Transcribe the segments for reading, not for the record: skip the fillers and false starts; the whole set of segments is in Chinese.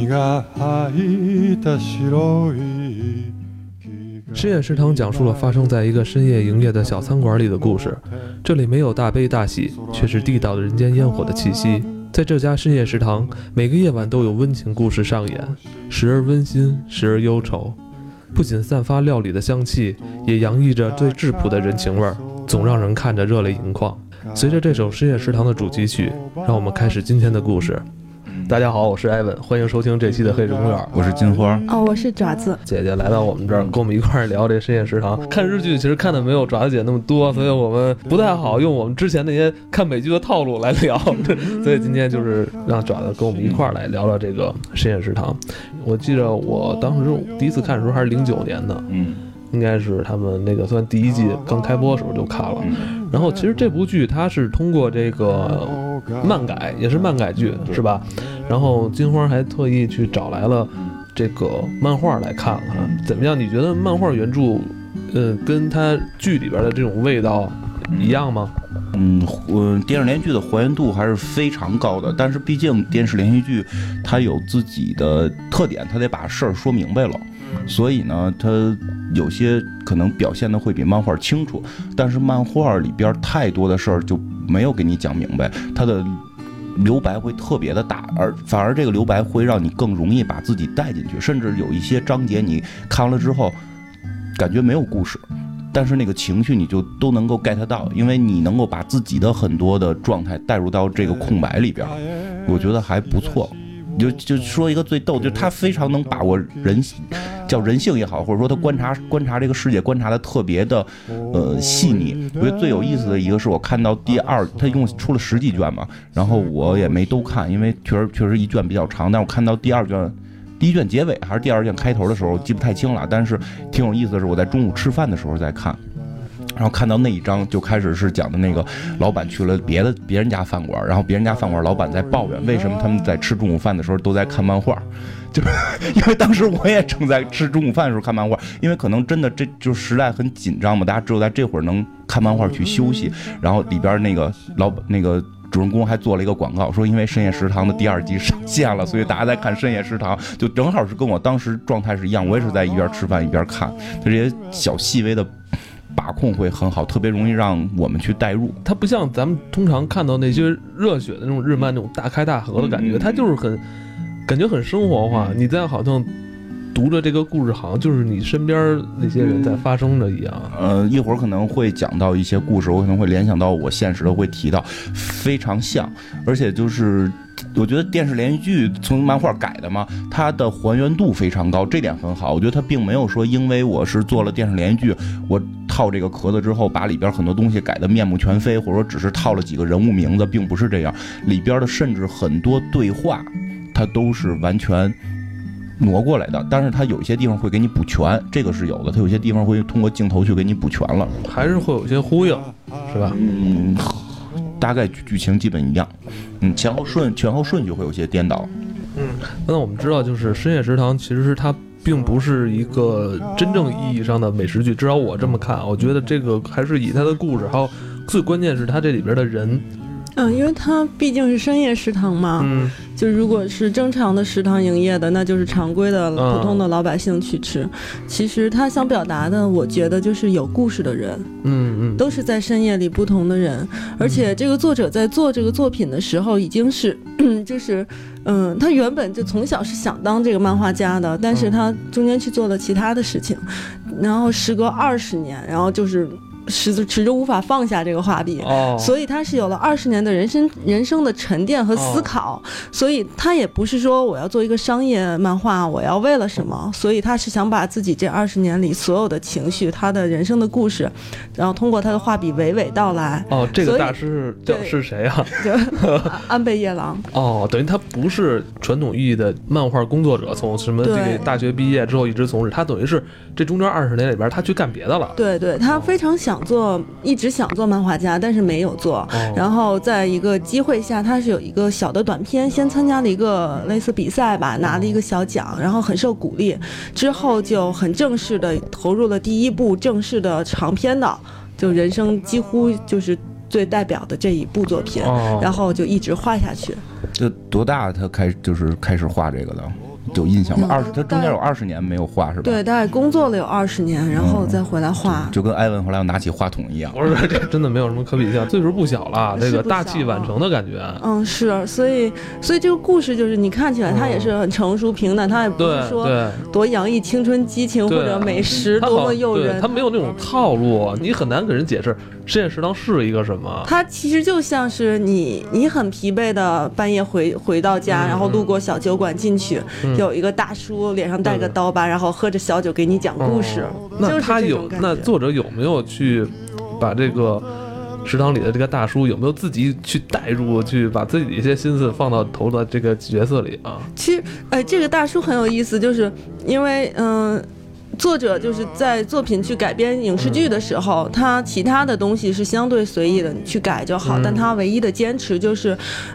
深夜食堂讲述了发生在一个深夜营业的小餐馆里的故事，这里没有大悲大喜，却是地道的人间烟火的气息。在这家深夜食堂，每个夜晚都有温情故事上演，时而温馨，时而忧愁，不仅散发料理的香气，也洋溢着最质朴的人情味儿，总让人看着热泪盈眶。随着这首深夜食堂的主题曲，让我们开始今天的故事。大家好，我是艾文，欢迎收听这期的黑水公园。 我是金花。 我是爪子姐姐来到我们这儿，跟我们一块儿聊这深夜食堂。看日剧其实看的没有爪子姐那么多，所以我们不太好用我们之前那些看美剧的套路来聊，所以今天就是让爪子跟我们一块儿来聊聊这个深夜食堂。我记得我当时第一次看的时候还是09年的，应该是他们那个算第一季刚开播的时候就看了。然后其实这部剧它是通过这个漫改，也是漫改剧是吧？然后金花还特意去找来了这个漫画来看了，怎么样？你觉得漫画原著跟它剧里边的这种味道一样吗？ 电视连续剧的还原度还是非常高的，但是毕竟电视连续剧它有自己的特点，它得把事儿说明白了，所以呢它有些可能表现的会比漫画清楚，但是漫画里边太多的事儿就没有给你讲明白，它的留白会特别的大，反而这个留白会让你更容易把自己带进去，甚至有一些章节你看完了之后感觉没有故事，但是那个情绪你就都能够 get 到，因为你能够把自己的很多的状态带入到这个空白里边，我觉得还不错。就说一个最逗，就是他非常能把握人性也好，或者说他观察这个世界观察的特别的细腻。我觉得最有意思的一个是我看到第二，他一共出了10几卷嘛，然后我也没都看，因为确实一卷比较长，但我看到第二卷。第一卷结尾还是第二卷开头的时候记不太清了，但是挺有意思的是我在中午吃饭的时候在看，然后看到那一章就开始是讲的那个老板去了别人家饭馆，然后别人家饭馆老板在抱怨为什么他们在吃中午饭的时候都在看漫画，就是因为当时我也正在吃中午饭的时候看漫画，因为可能真的这就时代很紧张嘛，大家只有在这会儿能看漫画去休息，然后里边那个那个主人公还做了一个广告，说因为深夜食堂的第2季上线了，所以大家在看深夜食堂，就正好是跟我当时状态是一样，我也是在一边吃饭一边看，这些小细微的把控会很好，特别容易让我们去代入。 它不像咱们通常看到那些热血的那种日漫那种大开大合的感觉，它就是感觉很生活化，你在好像读着这个故事，好像就是你身边那些人在发生着一样。 一会儿可能会讲到一些故事，我可能会联想到我现实的会提到，非常像，而且就是我觉得电视连续剧从漫画改的嘛，它的还原度非常高，这点很好。我觉得它并没有说因为我是做了电视连续剧，我套这个壳子之后把里边很多东西改得面目全非，或者说只是套了几个人物名字，并不是这样。里边的甚至很多对话它都是完全挪过来的，但是它有一些地方会给你补全，这个是有的，它有些地方会通过镜头去给你补全了， 还是会有些呼应，是吧？ 大概剧情基本一样，前后顺序会有些颠倒。 那我们知道，就是深夜食堂其实是它并不是一个真正意义上的美食剧，至少我这么看，我觉得这个还是以它的故事，还有最关键是它这里边的人。 因为它毕竟是深夜食堂嘛，就如果是正常的食堂营业的，那就是常规的普通的老百姓去吃。其实他想表达的，我觉得就是有故事的人，都是在深夜里不同的人，而且这个作者在做这个作品的时候，已经是就是他原本就从小是想当这个漫画家的，但是他中间去做了其他的事情，然后时隔20年，然后就是始终无法放下这个画笔，所以他是有了20年的人生的沉淀和思考，所以他也不是说我要做一个商业漫画，我要为了什么，所以他是想把自己这20年里所有的情绪，他的人生的故事，然后通过他的画笔娓娓道来。 这个大师是谁啊？ 安倍夜郎。 等于他不是传统意义的漫画工作者，从什么这个大学毕业之后一直从事，他等于是这中间20年里边他去干别的了。 对，他非常一直想做漫画家，但是没有做。然后在一个机会下，他是有一个小的短片，先参加了一个类似比赛吧，拿了一个小奖，然后很受鼓励。之后就很正式的投入了第一部正式的长篇的，就人生几乎就是最代表的这一部作品，然后就一直画下去。 就多大他开始画这个的？ 有印象吗？20，他中间有20年没有画是吧？ 对，大概工作了有20年，然后再回来画， 就跟艾文后来要拿起话筒一样。 我说这真的没有什么可比性，岁数不小了，这个大器晚成的感觉。 是，所以这个故事就是你看起来它也是很成熟平淡，它也不是说多洋溢青春激情或者美食多么诱人， 它没有那种套路，你很难给人解释实验食堂是一个什么。 它其实就像是你很疲惫的半夜回到家，然后路过小酒馆进去，有一个大叔脸上带个刀疤，然后喝着小酒给你讲故事。 那他那作者有没有去把这个食堂里的这个大叔有没有自己去带入，去把自己的一些心思放到投到这个角色里啊？ 其实这个大叔很有意思，就是因为作者就是在作品去改编影视剧的时候，他其他的东西是相对随意的，你去改就好，但他唯一的坚持就是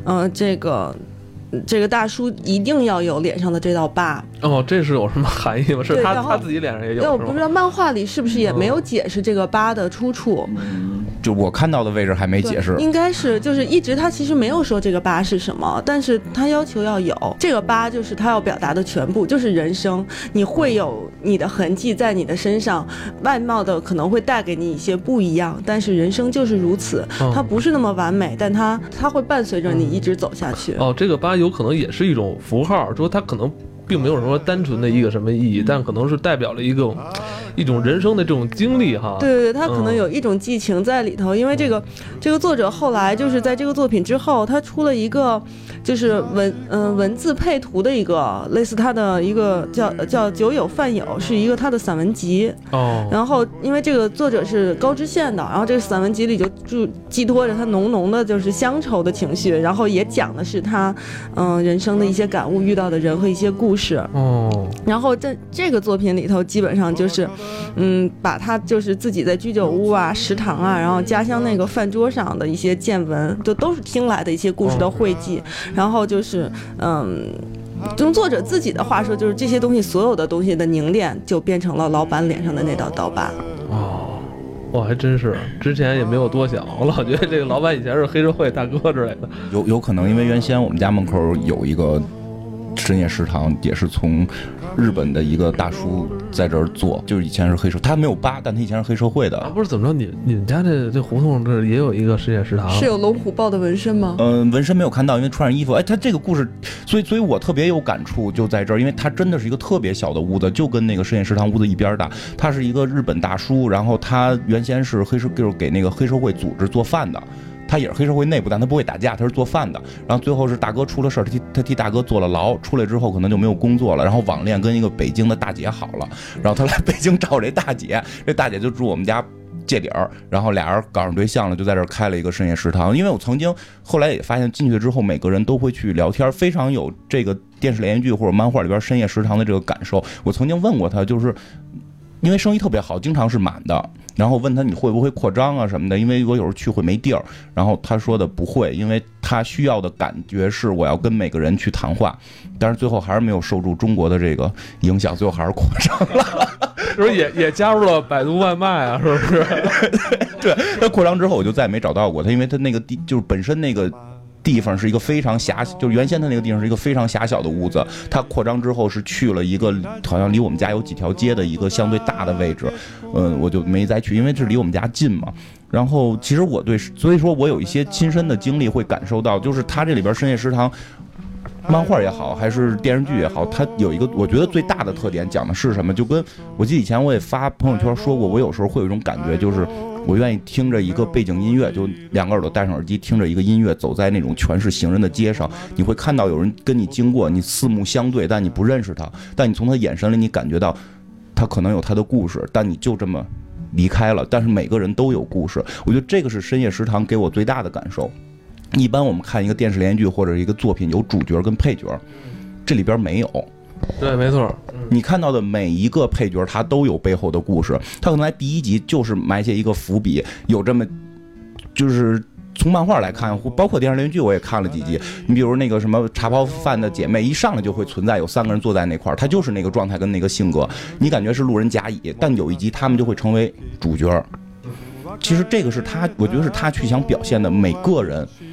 这个大叔一定要有脸上的这道疤。 这是有什么含义吗？是他自己脸上也有？ 我不知道漫画里是不是也没有解释这个疤的出处。 就我看到的位置还没解释， 应该是就是一直他其实没有说这个疤是什么，但是他要求要有这个疤，就是他要表达的全部，就是人生，你会有你的痕迹在你的身上，外貌的可能会带给你一些不一样，但是人生就是如此，它不是那么完美，但它会伴随着你一直走下去。 这个疤有可能也是一种符号，说它可能并没有什么单纯的一个什么意义，但可能是代表了一种人生的这种经历哈。 对，他可能有一种激情在里头，因为这个作者后来就是在这个作品之后，他出了一个就是文字配图的一个类似他的一个叫酒友饭友，是一个他的散文集。然后因为这个作者是高知县的，然后这个散文集里就寄托着他浓浓的就是乡愁的情绪，然后也讲的是他人生的一些感悟，遇到的人和一些故事。然后在这个作品里头基本上就是把他就是自己在居酒屋啊、食堂啊，然后家乡那个饭桌上的一些见闻，就都是听来的一些故事的汇集。然后就是用作者自己的话说，就是这些东西所有的东西的凝练，就变成了老板脸上的那道刀疤。 我还真是之前也没有多想，我老觉得这个老板以前是黑社会大哥之类的。 有可能，因为原先我们家门口有一个深夜食堂，也是从日本的一个大叔在这儿做，就是以前是黑社，他没有疤，但他以前是黑社会的。 不是怎么着，你们家这胡同这也有一个深夜食堂？ 是有龙虎豹的纹身吗？ 纹身没有看到，因为穿上衣服。他这个故事，所以我特别有感触，就在这儿，因为他真的是一个特别小的屋子，就跟那个深夜食堂屋子一边大。他是一个日本大叔，然后他原先是就是给那个黑社会组织做饭的。他也是黑社会内部，但他不会打架，他是做饭的。然后最后是大哥出了事儿，他替大哥坐了牢，出来之后可能就没有工作了，然后网恋跟一个北京的大姐好了，然后他来北京找这大姐，这大姐就住我们家借底儿，然后俩人搞上对象了，就在这儿开了一个深夜食堂。因为我曾经后来也发现进去之后，每个人都会去聊天，非常有这个电视连续剧或者漫画里边深夜食堂的这个感受。我曾经问过他，就是因为生意特别好，经常是满的。然后问他你会不会扩张啊什么的，因为我有时候去会没地儿。然后他说的不会，因为他需要的感觉是我要跟每个人去谈话，但是最后还是没有受住中国的这个影响，最后还是扩张了。 是不是也加入了百度外卖啊？是不是？ 对，他扩张之后我就再也没找到过他，因为他那个就是本身那个地方是一个非常就是原先他那个地方是一个非常狭小的屋子，他扩张之后是去了一个好像离我们家有几条街的一个相对大的位置，我就没再去，因为这离我们家近嘛。然后其实所以说我有一些亲身的经历会感受到，就是他这里边深夜食堂漫画也好还是电视剧也好，它有一个我觉得最大的特点讲的是什么，就跟我记得以前我也发朋友圈说过，我有时候会有一种感觉，就是我愿意听着一个背景音乐，就两个耳朵戴上耳机听着一个音乐，走在那种全是行人的街上，你会看到有人跟你经过，你四目相对，但你不认识他，但你从他眼神里你感觉到他可能有他的故事，但你就这么离开了，但是每个人都有故事。我觉得这个是深夜食堂给我最大的感受。一般我们看一个电视连续剧或者一个作品，有主角跟配角，这里边没有。 对，没错。 你看到的每一个配角，他都有背后的故事。他可能在第一集就是埋下一个伏笔，有这么就是从漫画来看，包括电视连续剧我也看了几集。你比如那个什么茶泡饭的姐妹，一上来就会存在有3个人坐在那块儿，他就是那个状态跟那个性格，你感觉是路人甲乙，但有一集他们就会成为主角。其实这个是他，我觉得是他去想表现的，每个人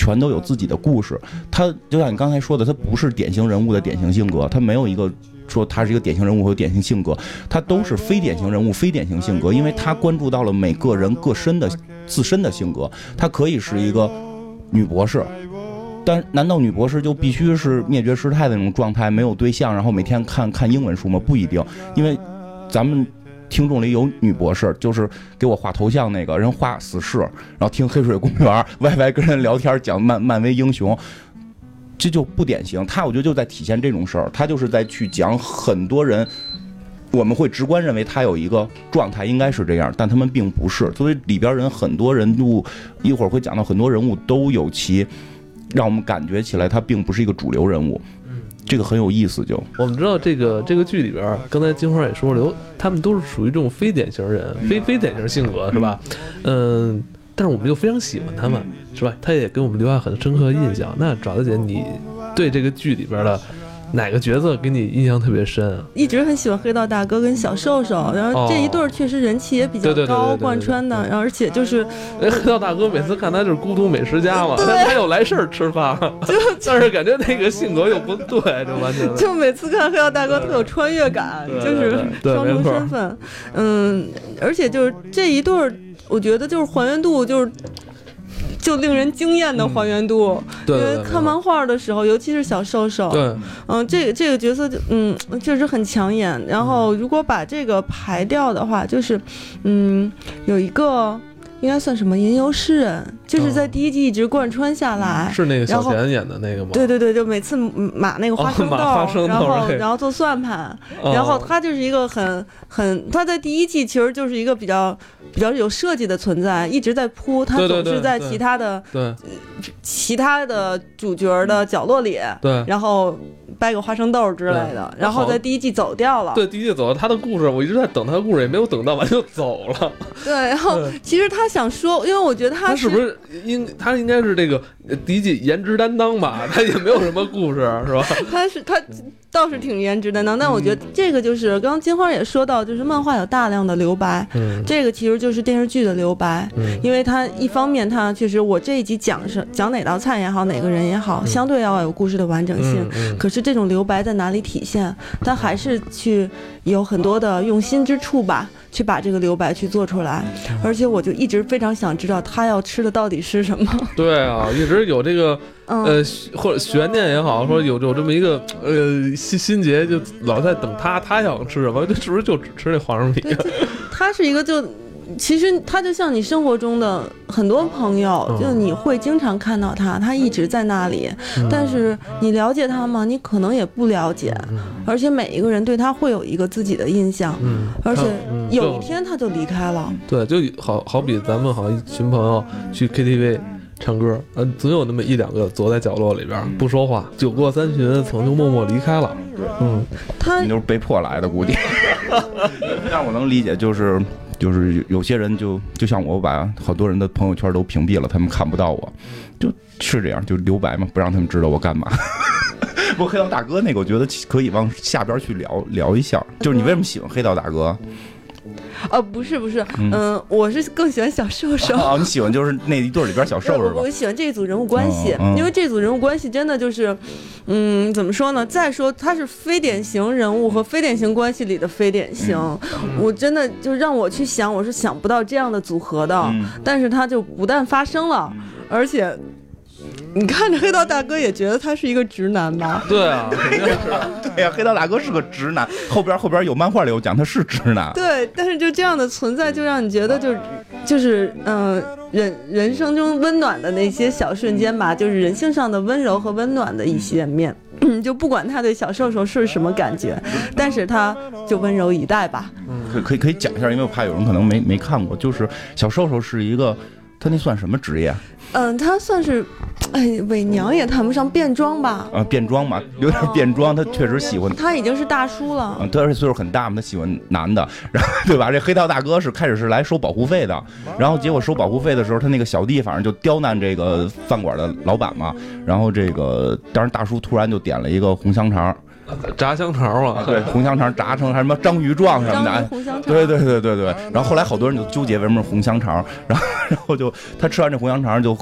全都有自己的故事。他就像你刚才说的，他不是典型人物的典型性格，他没有一个说他是一个典型人物或典型性格，他都是非典型人物、非典型性格，因为他关注到了每个人自身的性格。他可以是一个女博士，但难道女博士就必须是灭绝师太的那种状态，没有对象，然后每天看英文书吗？不一定，因为咱们听众里有女博士，就是给我画头像那个人画死侍，然后听黑水公园歪跟人聊天讲漫威英雄，这就不典型。他我觉得就在体现这种事儿，他就是在去讲很多人我们会直观认为他有一个状态应该是这样，但他们并不是。所以里边人很多人物，一会儿会讲到很多人物都有其让我们感觉起来他并不是一个主流人物。这个很有意思。就我们知道这个剧里边，刚才金花也说了，他们都是属于这种非典型人、非典型性格，是吧？但是我们又非常喜欢他们，是吧？他也给我们留下很深刻的印象。那爪子姐，你对这个剧里边的哪个角色给你印象特别深啊？ 一直很喜欢黑道大哥跟小瘦瘦，然后这一对确实人气也比较高，贯穿的。然后而且就是黑道大哥每次看他就是孤独美食家嘛，但他又来事儿吃饭，但是感觉那个性格又不对，就完全就每次看黑道大哥特有穿越感，就是双重身份。而且就是这一对，我觉得就是还原度就令人惊艳的还原度，因为看漫画的时候，尤其是小瘦瘦，对，这个角色确实很抢眼。然后如果把这个排掉的话，就是有一个应该算什么吟游诗人，就是在第一季一直贯穿下来， 是那个小贤演的那个吗？ 对对对，就每次码那个花生豆，然后做算盘，然后他就是一个他在第一季其实就是一个比较有设计的存在，一直在铺，他总是在其他的主角的角落里，对，然后掰个花生豆之类的，然后在第一季走掉了。 对，第一季走了，他的故事我一直在等他的故事，也没有等到，完就走了。 对，然后其实他想说，因为我觉得他是不是他应该是这个第一季颜值担当吧？他也没有什么故事，是吧？ 他倒是挺颜值担当，但我觉得这个就是刚刚金花也说到，就是漫画有大量的留白，这个其实就是电视剧的留白，因为它一方面它确实我这一集讲哪道菜也好，哪个人也好，相对要有故事的完整性，可是这种留白在哪里体现？它还是去有很多的用心之处吧，去把这个留白去做出来，而且我就一直非常想知道他要吃的到底是什么。对啊，一直有这个或者悬念也好，说有这么一个心结，就老在等他想吃什么，是不是就只吃那花生米？ 他是一个其实他就像你生活中的很多朋友，就你会经常看到他一直在那里，但是你了解他吗？你可能也不了解，而且每一个人对他会有一个自己的印象，而且有一天他就离开了。对， 就好比咱们好像一群朋友去 KTV 唱歌，总有那么一两个躲在角落里边不说话，酒过三巡，曾就默默离开了。 你就是被迫来的，估计。但我能理解，就是有些人就像我把好多人的朋友圈都屏蔽了，他们看不到我，就是这样，就留白嘛，不让他们知道我干嘛。不过黑道大哥那个，我觉得可以往下边去聊一下，就是你为什么喜欢黑道大哥？ 不是，我是更喜欢小瘦瘦。 你喜欢就是那一对里边小瘦瘦。 我喜欢这一组人物关系，因为这组人物关系真的就是，怎么说呢？再说他是非典型人物和非典型关系里的非典型，我真的就让我去想，我是想不到这样的组合的，但是他就不但发生了，而且。你看着黑道大哥也觉得他是一个直男吧？ 对啊， 对呀，黑道大哥是个直男。后边有漫画里有讲他是直男。 对，但是就这样的存在，就让你觉得就是人生中温暖的那些小瞬间吧，就是人性上的温柔和温暖的一些面。就不管他对小瘦瘦是什么感觉，但是他就温柔以待吧。 可以讲一下，因为我怕有人可能没看过，就是小瘦瘦是一个，他那算什么职业？ 他算是，伪娘也谈不上，变装吧。 变装嘛，有点变装。他确实喜欢。 他已经是大叔了。 他而且岁数很大嘛，他喜欢男的，然后对吧？这黑道大哥开始是来收保护费的，然后结果收保护费的时候，他那个小弟反正就刁难这个饭馆的老板嘛，然后当时大叔突然就点了一个红香肠。 炸香肠嘛， 对，红香肠炸成什么章鱼状什么的，对，然后后来好多人就纠结为什么是红香肠，然后就他吃完这红香肠就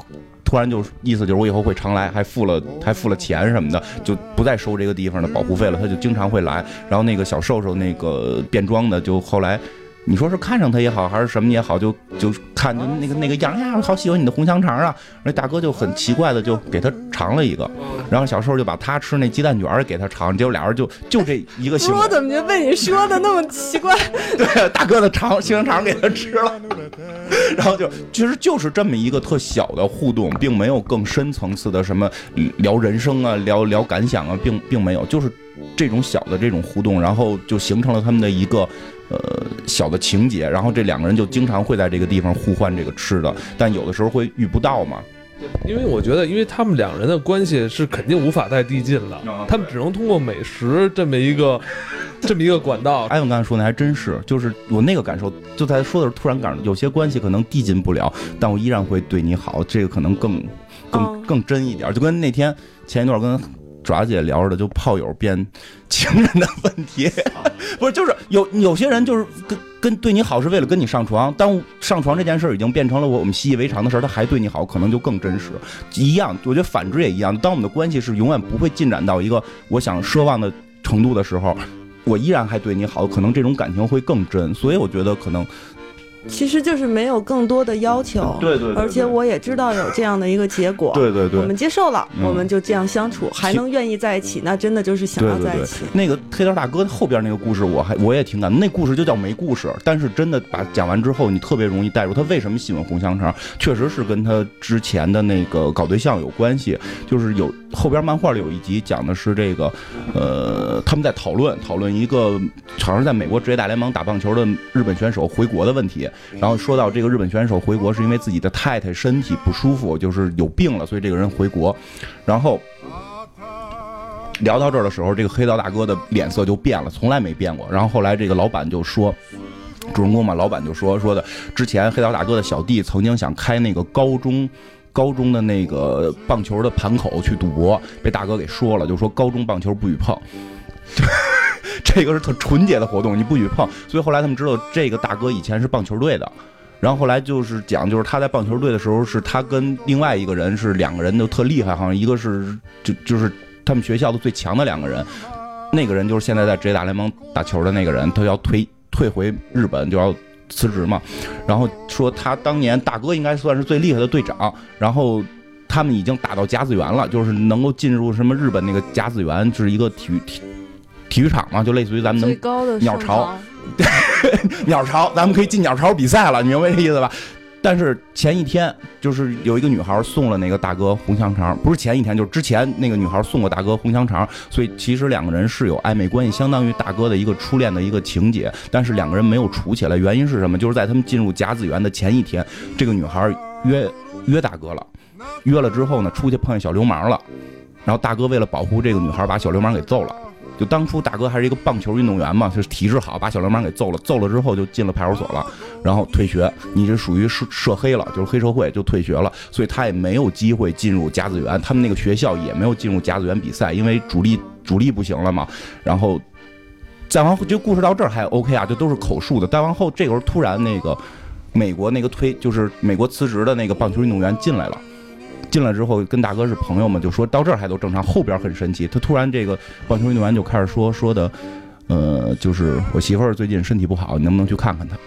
突然就意思就是我以后会常来，还付了钱什么的，就不再收这个地方的保护费了，他就经常会来。然后那个小瘦瘦那个变装的，就后来你说是看上他也好，还是什么也好，就看就那个样呀，好喜欢你的红香肠啊。那大哥就很奇怪的就给他尝了一个，然后小瘦就把他吃那鸡蛋卷给他尝，结果俩人就这一个行为。 我怎么就被你说的那么奇怪？ 对，大哥的香肠给他吃了，然后其实就是这么一个特小的互动，并没有更深层次的什么聊人生啊，聊感想啊，并没有，就是这种小的这种互动，然后就形成了他们的一个。小的情节，然后这两个人就经常会在这个地方互换这个吃的，但有的时候会遇不到嘛。 因为我觉得，因为他们两人的关系是肯定无法再递进了，他们只能通过美食这么一个管道。 艾文刚才说的还真是，就是我那个感受，就在说的时候突然感受，有些关系可能递进不了，但我依然会对你好，这个可能更真一点。就跟那天前一段跟爪姐聊着的，就炮友变情人的问题，不是，就是有些人就是跟对你好是为了跟你上床，当上床这件事已经变成了我们习以为常的事，他还对你好，可能就更真实。一样，我觉得反之也一样。当我们的关系是永远不会进展到一个我想奢望的程度的时候，我依然还对你好，可能这种感情会更真。所以我觉得可能。 其实就是没有更多的要求， 对， 而且我也知道有这样的一个结果， 对， 我们接受了，我们就这样相处，还能愿意在一起，那真的就是想要在一起。 对，那个黑道大哥后边那个故事，我也挺感动，那故事就叫没故事，但是真的讲完之后，你特别容易带入他为什么喜欢红香肠，确实是跟他之前的那个搞对象有关系，就是有后边漫画里有一集讲的是这个，他们在讨论一个好像是在美国职业大联盟打棒球的日本选手回国的问题。然后说到这个日本选手回国是因为自己的太太身体不舒服，就是有病了，所以这个人回国。然后聊到这儿的时候，这个黑道大哥的脸色就变了，从来没变过。然后后来这个老板就说，主人公嘛，老板就说的，之前黑道大哥的小弟曾经想开那个高中的那个棒球的盘口去赌博，被大哥给说了，就说高中棒球不许碰。这个是特纯洁的活动，你不许碰。所以后来他们知道这个大哥以前是棒球队的，然后后来就是讲，就是他在棒球队的时候，是他跟另外一个人是两个人都特厉害，好像一个是就是他们学校的最强的两个人，那个人就是现在在职业大联盟打球的那个人，他要退回日本就要辞职嘛。然后说他当年大哥应该算是最厉害的队长，然后他们已经打到甲子园了，就是能够进入什么日本那个甲子园，就是一个体育场嘛，就类似于咱们能最高的鸟巢，鸟巢，咱们可以进鸟巢比赛了，你明白这意思吧？但是前一天就是有一个女孩送了那个大哥红香肠，不是前一天，就是之前那个女孩送过大哥红香肠，所以其实两个人是有暧昧关系，相当于大哥的一个初恋的一个情节，但是两个人没有处起来，原因是什么？就是在他们进入甲子园的前一天，这个女孩约大哥了，约了之后呢，出去碰见小流氓了，然后大哥为了保护这个女孩，把小流氓给揍了。就当初大哥还是一个棒球运动员嘛，就是体质好，把小流氓给揍了之后就进了派出所了，然后退学，你这属于涉黑了，就是黑社会，就退学了，所以他也没有机会进入甲子园，他们那个学校也没有进入甲子园比赛，因为主力不行了嘛。然后再往后，就故事到这儿还 OK 啊，就都是口述的。再往后，这个时候突然那个美国那个就是美国辞职的那个棒球运动员进来了。进来之后跟大哥是朋友嘛，就说到这儿还都正常，后边很神奇，他突然这个棒球运动员就开始说的，就是我媳妇儿最近身体不好，你能不能去看看她？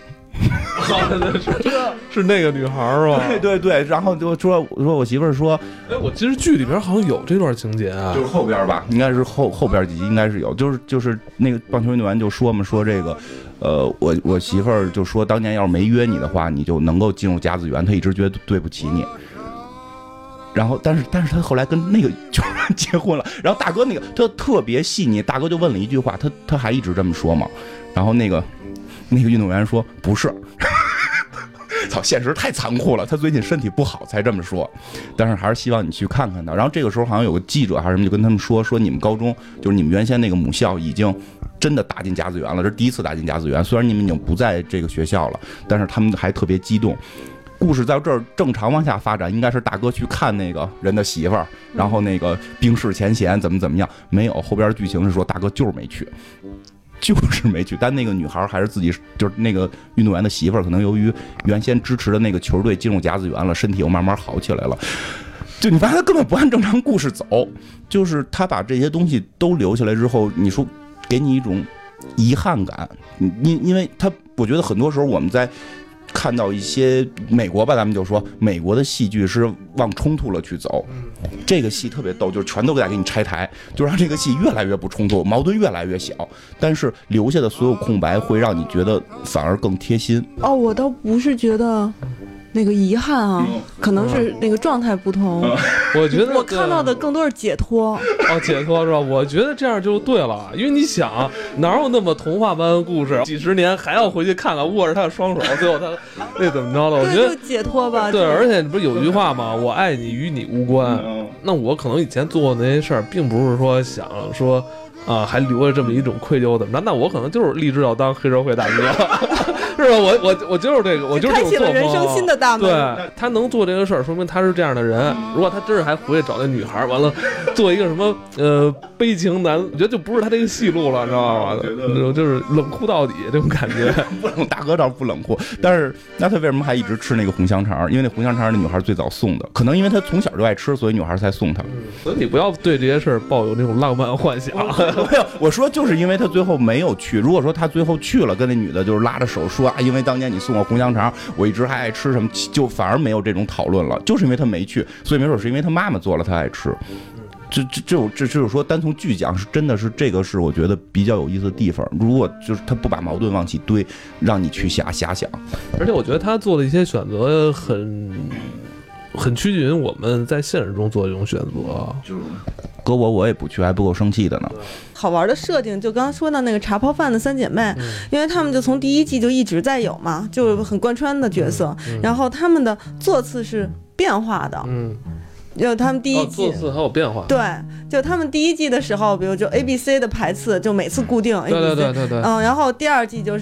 是那个女孩是吧？ 对，然后就说我媳妇儿说， 哎，我其实剧里边好像有这段情节啊， 就是后边吧，应该是后边几集应该是有，就是那个棒球运动员就说嘛，说这个，我媳妇儿就说当年要是没约你的话，你就能够进入甲子园，她一直觉得对不起你。然后，但是他后来跟那个就结婚了。然后大哥那个他特别细腻，大哥就问了一句话，他还一直这么说嘛。然后那个运动员说不是，操，现实太残酷了，他最近身体不好才这么说。但是还是希望你去看看他。然后这个时候好像有个记者还是什么就跟他们说你们高中就是你们原先那个母校已经真的打进甲子园了，这是第一次打进甲子园。虽然你们已经不在这个学校了，但是他们还特别激动。故事在这儿正常往下发展，应该是大哥去看那个人的媳妇儿，然后那个冰释前嫌怎么样，没有，后边剧情是说大哥就是没去，但那个女孩还是自己，就是那个运动员的媳妇儿，可能由于原先支持的那个球队进入甲子园了，身体又慢慢好起来了。 就你发现他根本不按正常故事走，就是他把这些东西都留下来之后，你说给你一种遗憾感，因为他我觉得很多时候我们在看到一些美国吧，咱们就说美国的戏剧是往冲突了去走，这个戏特别逗，就是全都在给你拆台，就让这个戏越来越不冲突，矛盾越来越小，但是留下的所有空白会让你觉得反而更贴心。 哦，我倒不是觉得那个遗憾啊，可能是那个状态不同。 我觉得我看到的更多是解脱。 哦，解脱是吧？我觉得这样就对了，因为你想，哪有那么童话般的故事，几十年还要回去看看，握着他的双手，最后他那怎么着了？我觉得就解脱吧。 对，而且不是有句话吗？我爱你与你无关。那我可能以前做过那些事儿，并不是说想说啊，还留着这么一种愧疚怎么着？那我可能就是立志要当黑社会大哥。是吧？我就是这个，我就是这种作风。开启了人生新的大门。 对，他能做这个事儿，说明他是这样的人。如果他真是还回去找那女孩，完了做一个什么悲情男，我觉得就不是他这个戏路了，你知道吗？就是冷酷到底这种感觉。 不冷，大哥倒不冷酷，但是那他为什么还一直吃那个红香肠？因为那红香肠是那女孩最早送的，可能因为他从小就爱吃，所以女孩才送他。 所以你不要对这些事儿抱有那种浪漫幻想。 没有，我说就是因为他最后没有去。如果说他最后去了，跟那女的就是拉着手说啊，因为当年你送我红香肠，我一直还爱吃什么，就反而没有这种讨论了。就是因为他没去，所以没准是因为他妈妈做了他爱吃。这就是说，单从剧讲是真的是这个是我觉得比较有意思的地方。如果就是他不把矛盾往起堆，让你去遐想， 而且我觉得他做的一些选择很趋近于我们在现实中做这种选择。 就是搁我也不去，还不够生气的呢。 好玩的设定，就刚刚说到那个茶泡饭的三姐妹，因为他们就从第一季就一直在有嘛，就很贯穿的角色，然后他们的座次是变化的。就他们第一季座次还有变化， 对，就他们第一季的时候，比如就 ABC 的排次就每次固定 ABC， 对， 然后第二季就是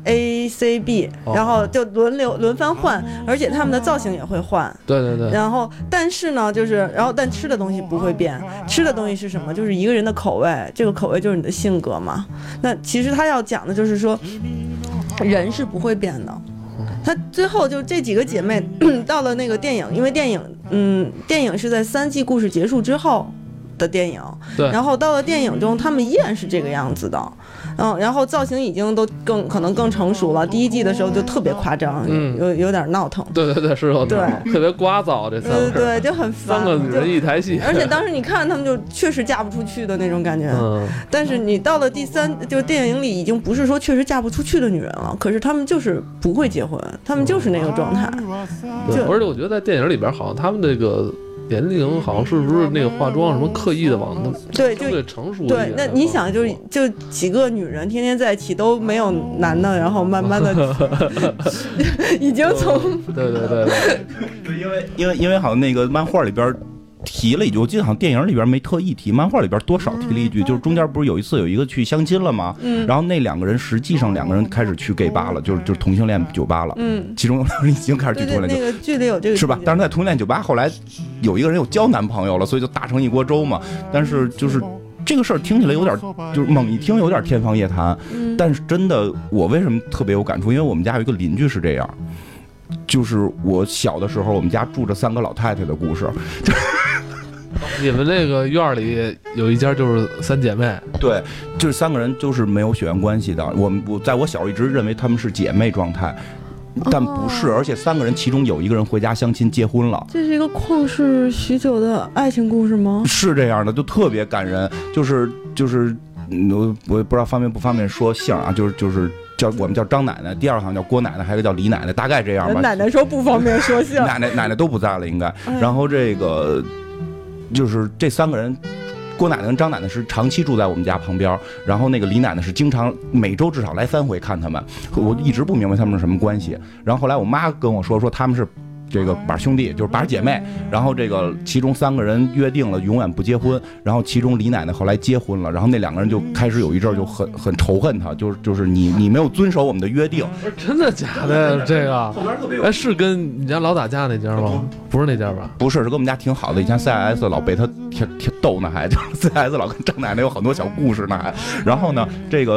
ACB，然后就轮番换，而且他们的造型也会换， 对， 然后但是呢，就是但吃的东西不会变，吃的东西是什么？就是一个人的口味，这个口味就是你的性格嘛。那其实他要讲的就是说，人是不会变的。他最后就这几个姐妹到了那个电影，因为电影是在3季故事结束之后的电影， 对， 然后到了电影中，他们依然是这个样子的，然后造型已经都可能更成熟了。第一季的时候就特别夸张，有点闹腾。 对，是有对，特别聒噪这三个， 对，就很烦。 3个女人一台戏， 而且当时你看他们就确实嫁不出去的那种感觉。但是你到了第3，就电影里已经不是说确实嫁不出去的女人了，可是他们就是不会结婚，他们就是那个状态。 对，而且我觉得在电影里边，好像他们这个年龄好像是不是那个化妆什么刻意的往他们对成熟一点。 对，那你想就几个女人天天在一起都没有男的，然后慢慢的已经从对， 因为好像那个漫画里边提了一句，我记得好像电影里边没特意提，漫画里边多少提了一句，就是中间不是有一次有一个去相亲了吗？然后那2个人实际上2个人开始去 gay 吧了，就是同性恋酒吧了。其中有2个人已经开始去同性恋酒吧， 那个剧里有这个是吧？但是在同性恋酒吧后来有一个人有交男朋友了，所以就打成一锅粥嘛。但是就是这个事儿听起来有点，就是猛一听有点天方夜谭。但是真的，我为什么特别有感触？因为我们家有一个邻居是这样，就是我小的时候，我们家住着3个老太太的故事。 你们那个院里有一家就是3姐妹， 对，就是3个人就是没有血缘关系的。我在我小时候一直认为她们是姐妹状态，但不是，而且3个人其中有一个人回家相亲结婚了。 这是一个旷世许久的爱情故事吗？ 是这样的，就特别感人。就是我也不知道方便不方便说姓啊，就是我们叫张奶奶，第2个好像叫郭奶奶，还有一个叫李奶奶，大概这样吧。 奶奶说不方便说姓， 奶奶都不在了应该。然后这个就是这3个人，郭奶奶跟张奶奶是长期住在我们家旁边，然后那个李奶奶是经常每周至少来3回看他们，我一直不明白他们是什么关系。然后后来我妈跟我说他们是这个把兄弟，就是把姐妹，然后这个其中3个人约定了永远不结婚，然后其中李奶奶后来结婚了，然后那2个人就开始有一阵就很仇恨她，就是你没有遵守我们的约定。 真的假的？这个哎，是跟你家老打架那家吗？不是那家吧？ 不是，是跟我们家挺好的。以前 CIS 老被他逗呢，还就是 CIS 老跟张奶奶有很多小故事呢，还然后呢这个。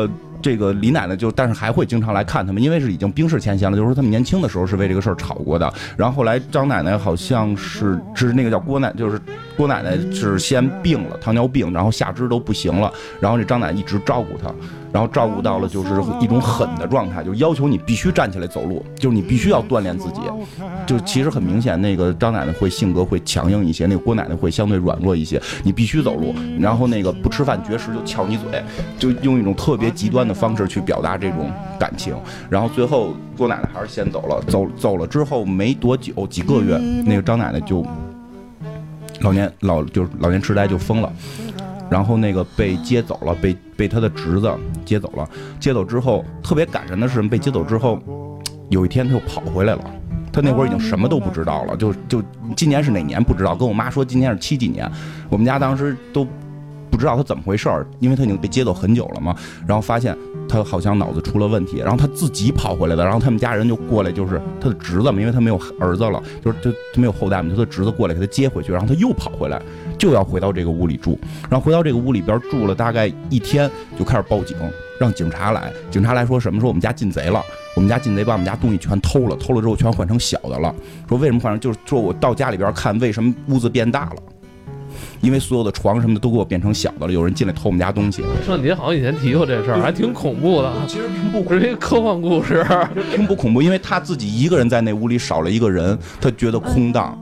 这个李奶奶但是还会经常来看他们，因为是已经冰释前嫌了，就是说他们年轻的时候是为这个事儿吵过的。然后后来张奶奶好像是那个叫郭奶，就是郭奶奶是先病了糖尿病，然后下肢都不行了，然后这张奶奶一直照顾她，然后照顾到了就是一种狠的状态，就要求你必须站起来走路，就是你必须要锻炼自己。就其实很明显，那个张奶奶会性格会强硬一些，那个郭奶奶会相对软弱一些，你必须走路，然后那个不吃饭绝食就撬你嘴，就用一种特别极端的方式去表达这种感情。然后最后郭奶奶还是先走了，走了之后没多久几个月，那个张奶奶就老年痴呆就疯了。然后那个被接走了，被他的侄子接走了。接走之后，特别感人的是，被接走之后，有一天他又跑回来了。他那会儿已经什么都不知道了，就今年是哪年不知道，跟我妈说今年是70几年，我们家当时都不知道他怎么回事儿，因为他已经被接走很久了嘛。然后发现他好像脑子出了问题，然后他自己跑回来的，然后他们家人就过来，就是他的侄子嘛，因为他没有儿子了，就是他没有后代嘛，他的侄子过来给他接回去，然后他又跑回来，就要回到这个屋里住。然后回到这个屋里边住了大概1天，就开始报警，让警察来。警察来说什么？说我们家进贼了，我们家进贼把我们家东西全偷了，偷了之后全换成小的了。说为什么换成？就是说我到家里边看，为什么屋子变大了？因为所有的床什么的都给我变成小的了，有人进来偷我们家东西。 说你好像以前提过这事儿，还挺恐怖的。 其实并不恐怖， 是一个科幻故事， 并不恐怖，因为他自己一个人在那屋里少了一个人，他觉得空荡。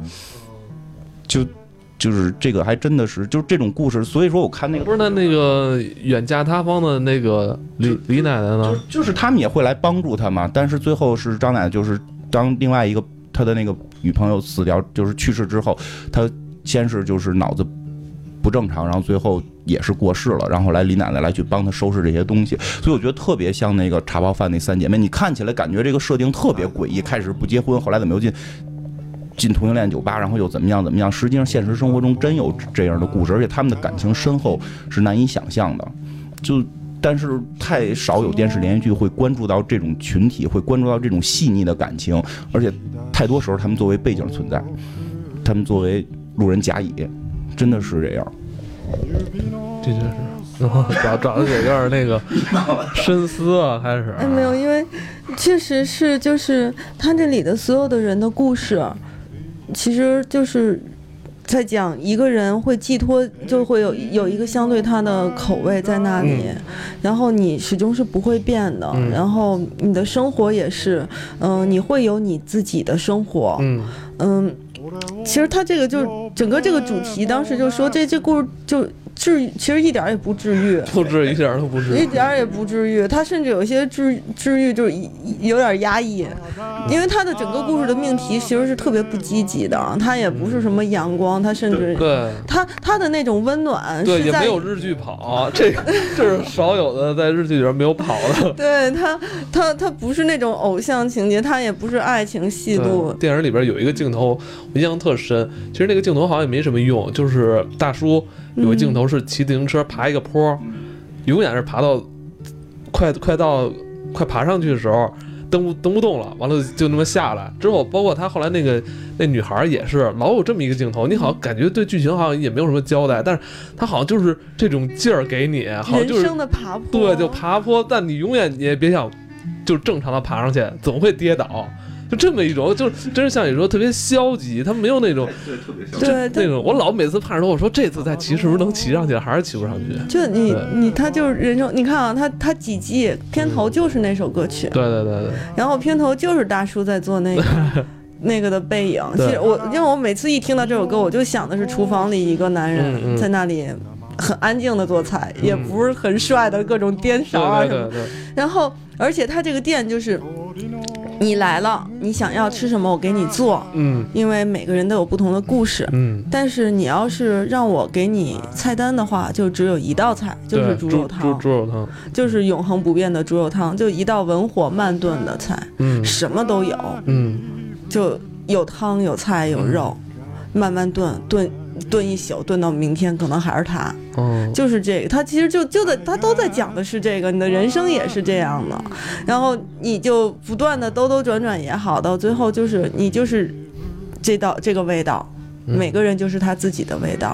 就是这个还真的是就是这种故事，所以说我看那个不是那个远嫁他方的那个李奶奶呢， 就是他们也会来帮助他嘛，但是最后是张奶奶就是当另外一个他的那个女朋友死掉就是去世之后，他先是就是脑子不正常，然后最后也是过世了，然后来李奶奶来去帮他收拾这些东西，所以我觉得特别像那个茶包饭那3姐妹，你看起来感觉这个设定特别诡异，开始不结婚，后来怎么又进同性恋酒吧，然后又怎么样，实际上现实生活中真有这样的故事，而且他们的感情深厚是难以想象的。但是太少有电视连续剧会关注到这种群体，会关注到这种细腻的感情，而且太多时候他们作为背景存在，他们作为路人甲乙，真的是这样。 这就是找的有点那个深思啊，开始。 没有，因为确实是就是他这里的所有的人的故事，其实就是在讲一个人会寄托，就会有一个相对他的口味在那里，然后你始终是不会变的，然后你的生活也是，你会有你自己的生活，其实他这个就整个这个主题，当时就说这故事就治愈，其实一点也不治愈， 不治愈，一点都不治愈， 一点也不治愈。他甚至有些治愈就是有点压抑，因为他的整个故事的命题其实是特别不积极的，他也不是什么阳光，他甚至对他的那种温暖， 对，也没有日剧跑，这是少有的在日剧里边没有跑的。 对他不是那种偶像情节，他也不是爱情戏路。 电影里边有一个镜头我印象特深，其实那个镜头好像也没什么用，就是大叔有个镜头是骑自行车爬一个坡，永远是爬到快爬上去的时候蹬不动了，完了就那么下来。之后包括他后来那女孩也是老有这么一个镜头，你好像感觉对剧情好像也没有什么交代，但是他好像就是这种劲儿给你，好像就是人生的爬坡， 对，就爬坡，但你永远也别想就正常的爬上去，总会跌倒。就这么一种，就真是像你说特别消极，他没有那种对那种。我老每次盼着我说这次再骑是不是能骑上去，还是骑不上去。 就他就是人生，你看啊，他几季片头就是那首歌曲， 对， 然后片头就是大叔在做那个那个的背影。其实因为我每次一听到这首歌，我就想的是厨房里一个男人在那里很安静的做菜，也不是很帅的各种颠勺啊什么。然后而且他这个店就是你来了，你想要吃什么我给你做，因为每个人都有不同的故事，但是你要是让我给你菜单的话，就只有一道菜，就是猪肉汤， 猪肉汤就是永恒不变的猪肉汤，就一道文火慢炖的菜，什么都有，就有汤有菜有肉，慢慢炖一宿，炖到明天可能还是他，就是这个，他其实他都在讲的是这个，你的人生也是这样的，然后你就不断的兜兜转转也好，到最后就是你就是这个味道，每个人就是他自己的味道，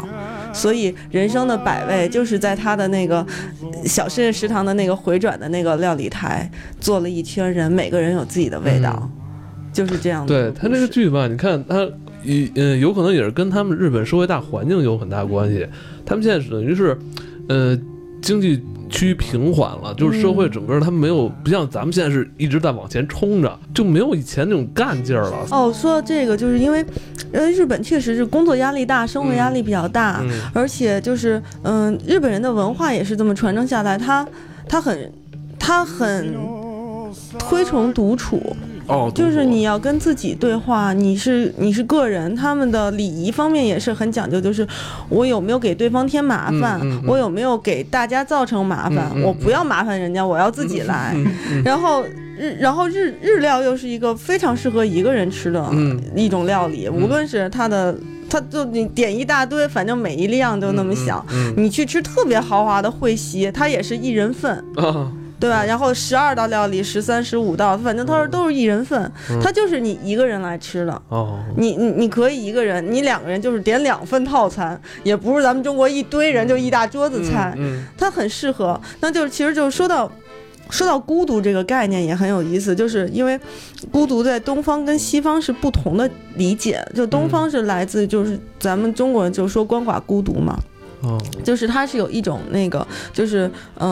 所以人生的百味就是在他的那个小深夜食堂的那个回转的那个料理台坐了一圈人，每个人有自己的味道，就是这样的。 对，他这个剧吧，你看他有可能也是跟他们日本社会大环境有很大关系，他们现在等于是经济趋于平缓了，就是社会整个他们没有不像咱们现在是一直在往前冲着，就没有以前那种干劲儿了。 哦，说到这个，就是因为日本确实是工作压力大，生活压力比较大，而且就是日本人的文化也是这么传承下来，他很推崇独处。就是你要跟自己对话，你是个人，他们的礼仪方面也是很讲究，就是我有没有给对方添麻烦，我有没有给大家造成麻烦，我不要麻烦人家，我要自己来。然后日料又是一个非常适合一个人吃的一种料理，无论是它就你点一大堆，反正每一样都那么小。你去吃特别豪华的会席，它也是一人份。对吧？然后12道料理，13、15道，反正他说都是一人份，他就是你一个人来吃的。你可以一个人，你2个人就是点2份套餐，也不是咱们中国一堆人就一大桌子菜，它很适合。那就是其实就是说到孤独这个概念也很有意思，就是因为孤独在东方跟西方是不同的理解，就东方是来自就是咱们中国人就说鳏寡孤独嘛，就是它是有一种那个就是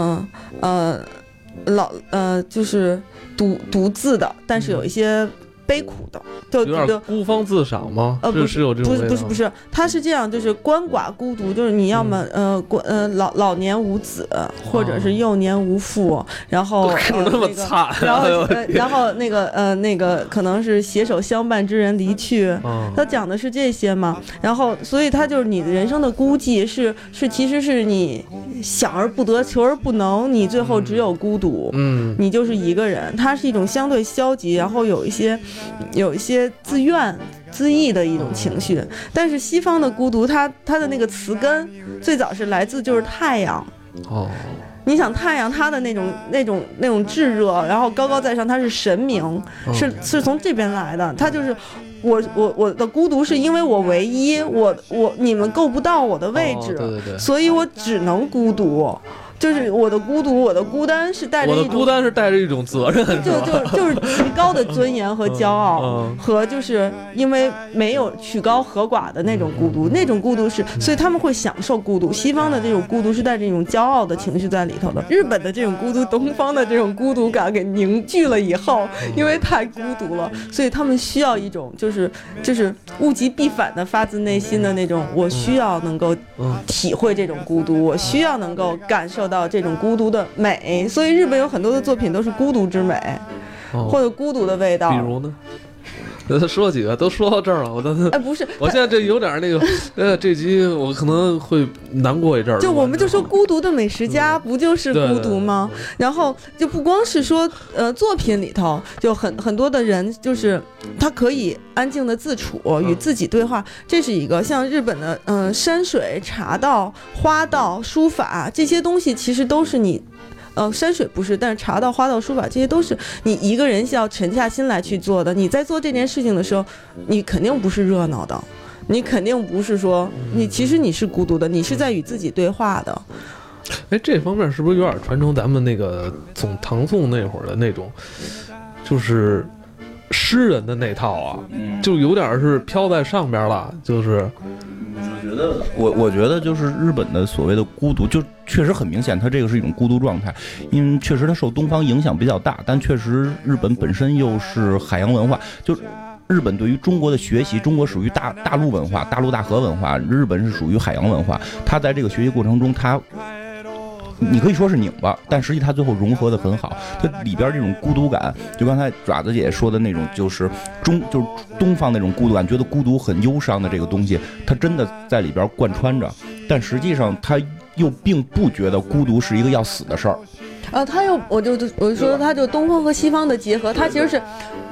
就是独自的，但是有一些悲苦的，就有点孤芳自赏吗？ 不是有这种味道？ 不是，它是这样，就是鳏寡孤独，就是你要么老年无子，或者是幼年无父，然后那么惨， 然后那个可能是携手相伴之人离去，他讲的是这些嘛。然后所以他就是你的人生的孤寂是其实是你想而不得，求而不能，你最后只有孤独，你就是一个人，它是一种相对消极，然后有一些自怨自艾的一种情绪。但是西方的孤独，它的那个词根最早是来自就是太阳。你想太阳它的那种炙热，然后高高在上，它是神明，是从这边来的。它就是我的孤独是因为我唯一，你们够不到我的位置， 对， 所以我只能孤独。就是我的孤独，我的孤单是带着一种责任， 就是极高的尊严和骄傲，和就是因为没有曲高和寡的那种孤独，那种孤独是，所以他们会享受孤独。西方的这种孤独是带着一种骄傲的情绪在里头的，日本的这种孤独，东方的这种孤独感给凝聚了以后，因为太孤独了，所以他们需要一种就是物极必反的发自内心的那种，我需要能够体会这种孤独，我需要能够感受到这种孤独的美，所以日本有很多的作品都是孤独之美，或者孤独的味道。 比如呢？说几个，都说到这儿了， 不是， 我现在这有点那个，这集我可能会难过一阵儿。 就我们就说孤独的美食家，不就是孤独吗？ 对， 然后就不光是说作品里头就很多的人，就是他可以安静的自处，与自己对话，这是一个。像日本的山水、茶道、花道、书法这些东西，其实都是你。山水不是，但是茶道、花道、书法这些都是你一个人需要沉下心来去做的。你在做这件事情的时候，你肯定不是热闹的，你肯定不是说其实你是孤独的，你是在与自己对话的。 这方面是不是有点传承咱们那个从唐宋那会儿的那种，就是诗人的那套啊，就有点是飘在上边了，就是。 我觉得就是日本的所谓的孤独，就确实很明显，它这个是一种孤独状态，因为确实它受东方影响比较大，但确实日本本身又是海洋文化，就日本对于中国的学习，中国属于大陆文化，大陆大河文化，日本是属于海洋文化，它在这个学习过程中，你可以说是拧巴，但实际它最后融合的很好。它里边这种孤独感，就刚才爪子姐说的那种，就是东方那种孤独感，觉得孤独很忧伤的这个东西，它真的在里边贯穿着。但实际上，它又并不觉得孤独是一个要死的事儿。 我就说它就东方和西方的结合，它其实是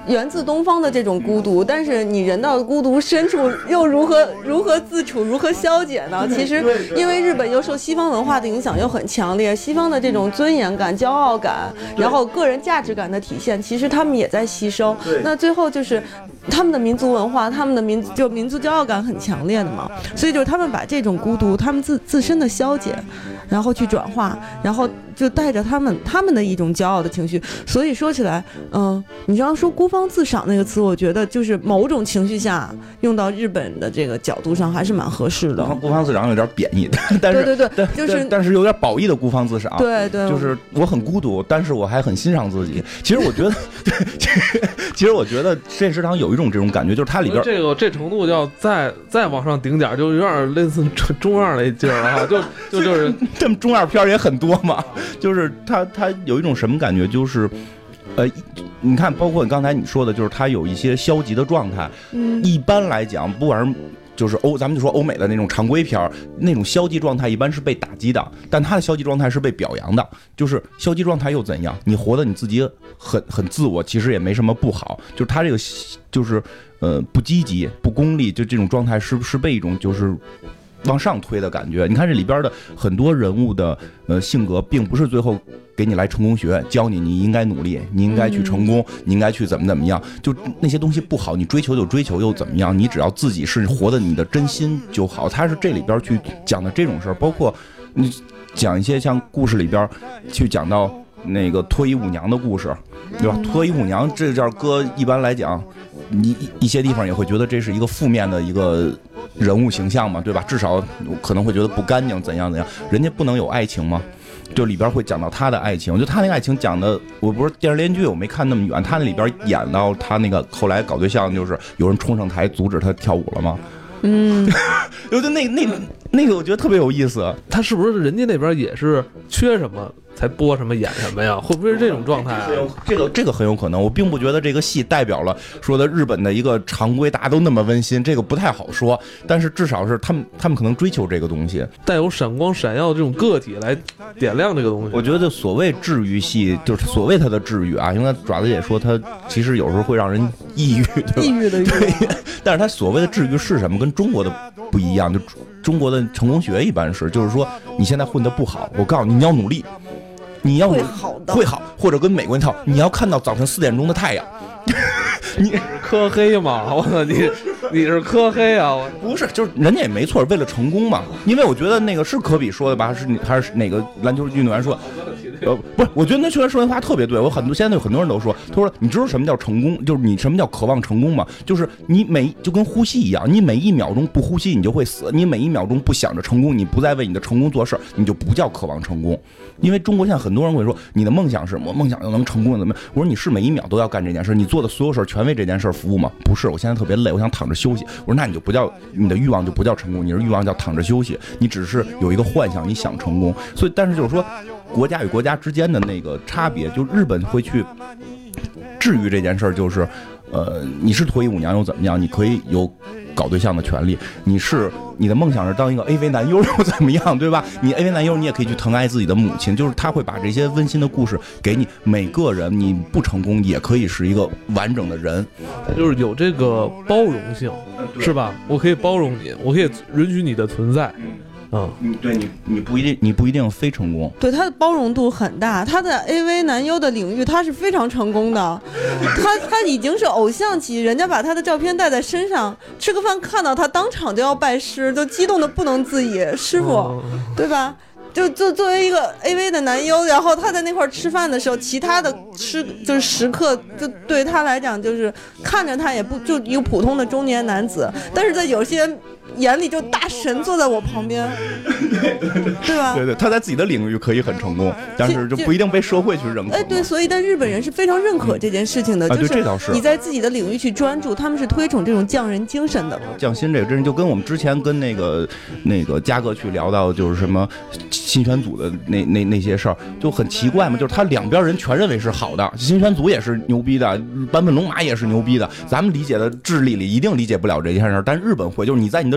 源自东方的这种孤独，但是你人到孤独深处又如何自处，如何消解呢？其实因为日本又受西方文化的影响又很强烈，西方的这种尊严感、骄傲感，然后个人价值感的体现，其实他们也在吸收。那最后就是他们的民族文化，他们的民族骄傲感很强烈的嘛，所以就是他们把这种孤独，他们自身的消解，然后去转化，然后就带着他们的一种骄傲的情绪。所以说起来，你刚刚说孤芳自赏那个词，我觉得就是某种情绪下用到日本的这个角度上还是蛮合适的。 孤芳自赏有点贬义的，但是对，就是但是有点褒义的孤芳自赏。 对， 就是我很孤独，但是我还很欣赏自己。其实我觉得实验食堂有一种这种感觉，就是它里边这程度就要再往上顶点，就有点类似中二那劲儿了哈，就是这么中二片也很多嘛。就是它有一种什么感觉，就是你看，包括刚才你说的，就是它有一些消极的状态。一般来讲，不管是就是咱们就说欧美的那种常规片，那种消极状态一般是被打击的，但他的消极状态是被表扬的。就是消极状态又怎样？你活得你自己很自我，其实也没什么不好。就是他这个就是不积极、不功利，就这种状态是被一种就是往上推的感觉。你看这里边的很多人物的性格，并不是最后给你来成功学教你应该努力，你应该去成功，你应该去怎么样，就那些东西不好，你追求就追求又怎么样？你只要自己是活的你的真心就好。他是这里边去讲的这种事儿，包括你讲一些像故事里边去讲到那个脱衣舞娘的故事，对吧？脱衣舞娘这叫搁一般来讲，一些地方也会觉得这是一个负面的一个人物形象嘛，对吧？至少可能会觉得不干净，怎样，人家不能有爱情吗？就里边会讲到他的爱情，就他那个爱情讲的，我不是电视连续剧我没看那么远，他那里边演到他那个后来搞对象，就是有人冲上台阻止他跳舞了吗？我觉得那个我觉得特别有意思。 他是不是人家那边也是缺什么才播什么演什么呀？会不会是这种状态啊？ 这个很有可能。我并不觉得这个戏代表了说的日本的一个常规，大家都那么温馨，这个不太好说。但是至少是他们可能追求这个东西， 带有闪光闪耀的这种个体来点亮这个东西。 我觉得所谓治愈戏，就是所谓它的治愈啊，因为爪子也说它其实有时候会让人抑郁，对吧？ 抑郁的对。但是它所谓的治愈是什么？跟中国的不一样，就中国的成功学一般是，就是说你现在混得不好，我告诉你，你要努力。你要会好，或者跟美国那套，你要看到早晨4点钟的太阳。 你是科黑吗？我操，你是科黑啊？ 不是，就是人家也没错，为了成功嘛。因为我觉得那个是科比说的吧，还是哪个篮球运动员说？不是，我觉得那球员说那话特别对。现在有很多人都说，他说你知道什么叫成功？就是你什么叫渴望成功吗？就是你就跟呼吸一样，你每1秒钟不呼吸你就会死，你每1秒钟不想着成功，你不再为你的成功做事，你就不叫渴望成功。因为中国现在很多人会说你的梦想是什么？梦想要能成功怎么样？我说你是每1秒都要干这件事，你做的所有事全为这件事服务吗？不是，我现在特别累，我想躺着休息。我说那你就不叫你的欲望就不叫成功，你的欲望叫躺着休息，你只是有一个幻想，你想成功。所以但是就是说国家与国家之间的那个差别，就日本会去治愈这件事，就是你是脱衣舞娘又怎么样？你可以有搞对象的权利，你的梦想是当一个 AV 男优又怎么样，对吧？你 AV 男优你也可以去疼爱自己的母亲，就是他会把这些温馨的故事给你。每个人你不成功也可以是一个完整的人， 就是有这个包容性，是吧？我可以包容你，我可以允许你的存在。 对你不一定非成功， 对他的包容度很大，他的 AV 男优的领域他是非常成功的，他已经是偶像级，人家把他的照片带在身上，吃个饭看到他当场就要拜师，就激动的不能自已，师傅，对吧？就作为一个 AV 的男优，然后他在那块吃饭的时候，其他的就是食客，就对他来讲就是看着他也不就一个普通的中年男子，但是在有些眼里就大神坐在我旁边，对吧？ 对，他在自己的领域可以很成功，但是就不一定被社会去认可。 对，所以但日本人是非常认可这件事情的，就是你在自己的领域去专注，他们是推崇这种匠人精神的。 匠心这个真是就跟我们之前跟那个嘉哥去聊到，就是什么新选组的那些事儿，就很奇怪嘛，就是他两边人全认为是好的，新选组也是牛逼的，坂本龙马也是牛逼的，咱们理解的智力里一定理解不了这件事儿，但日本会，就是你在你的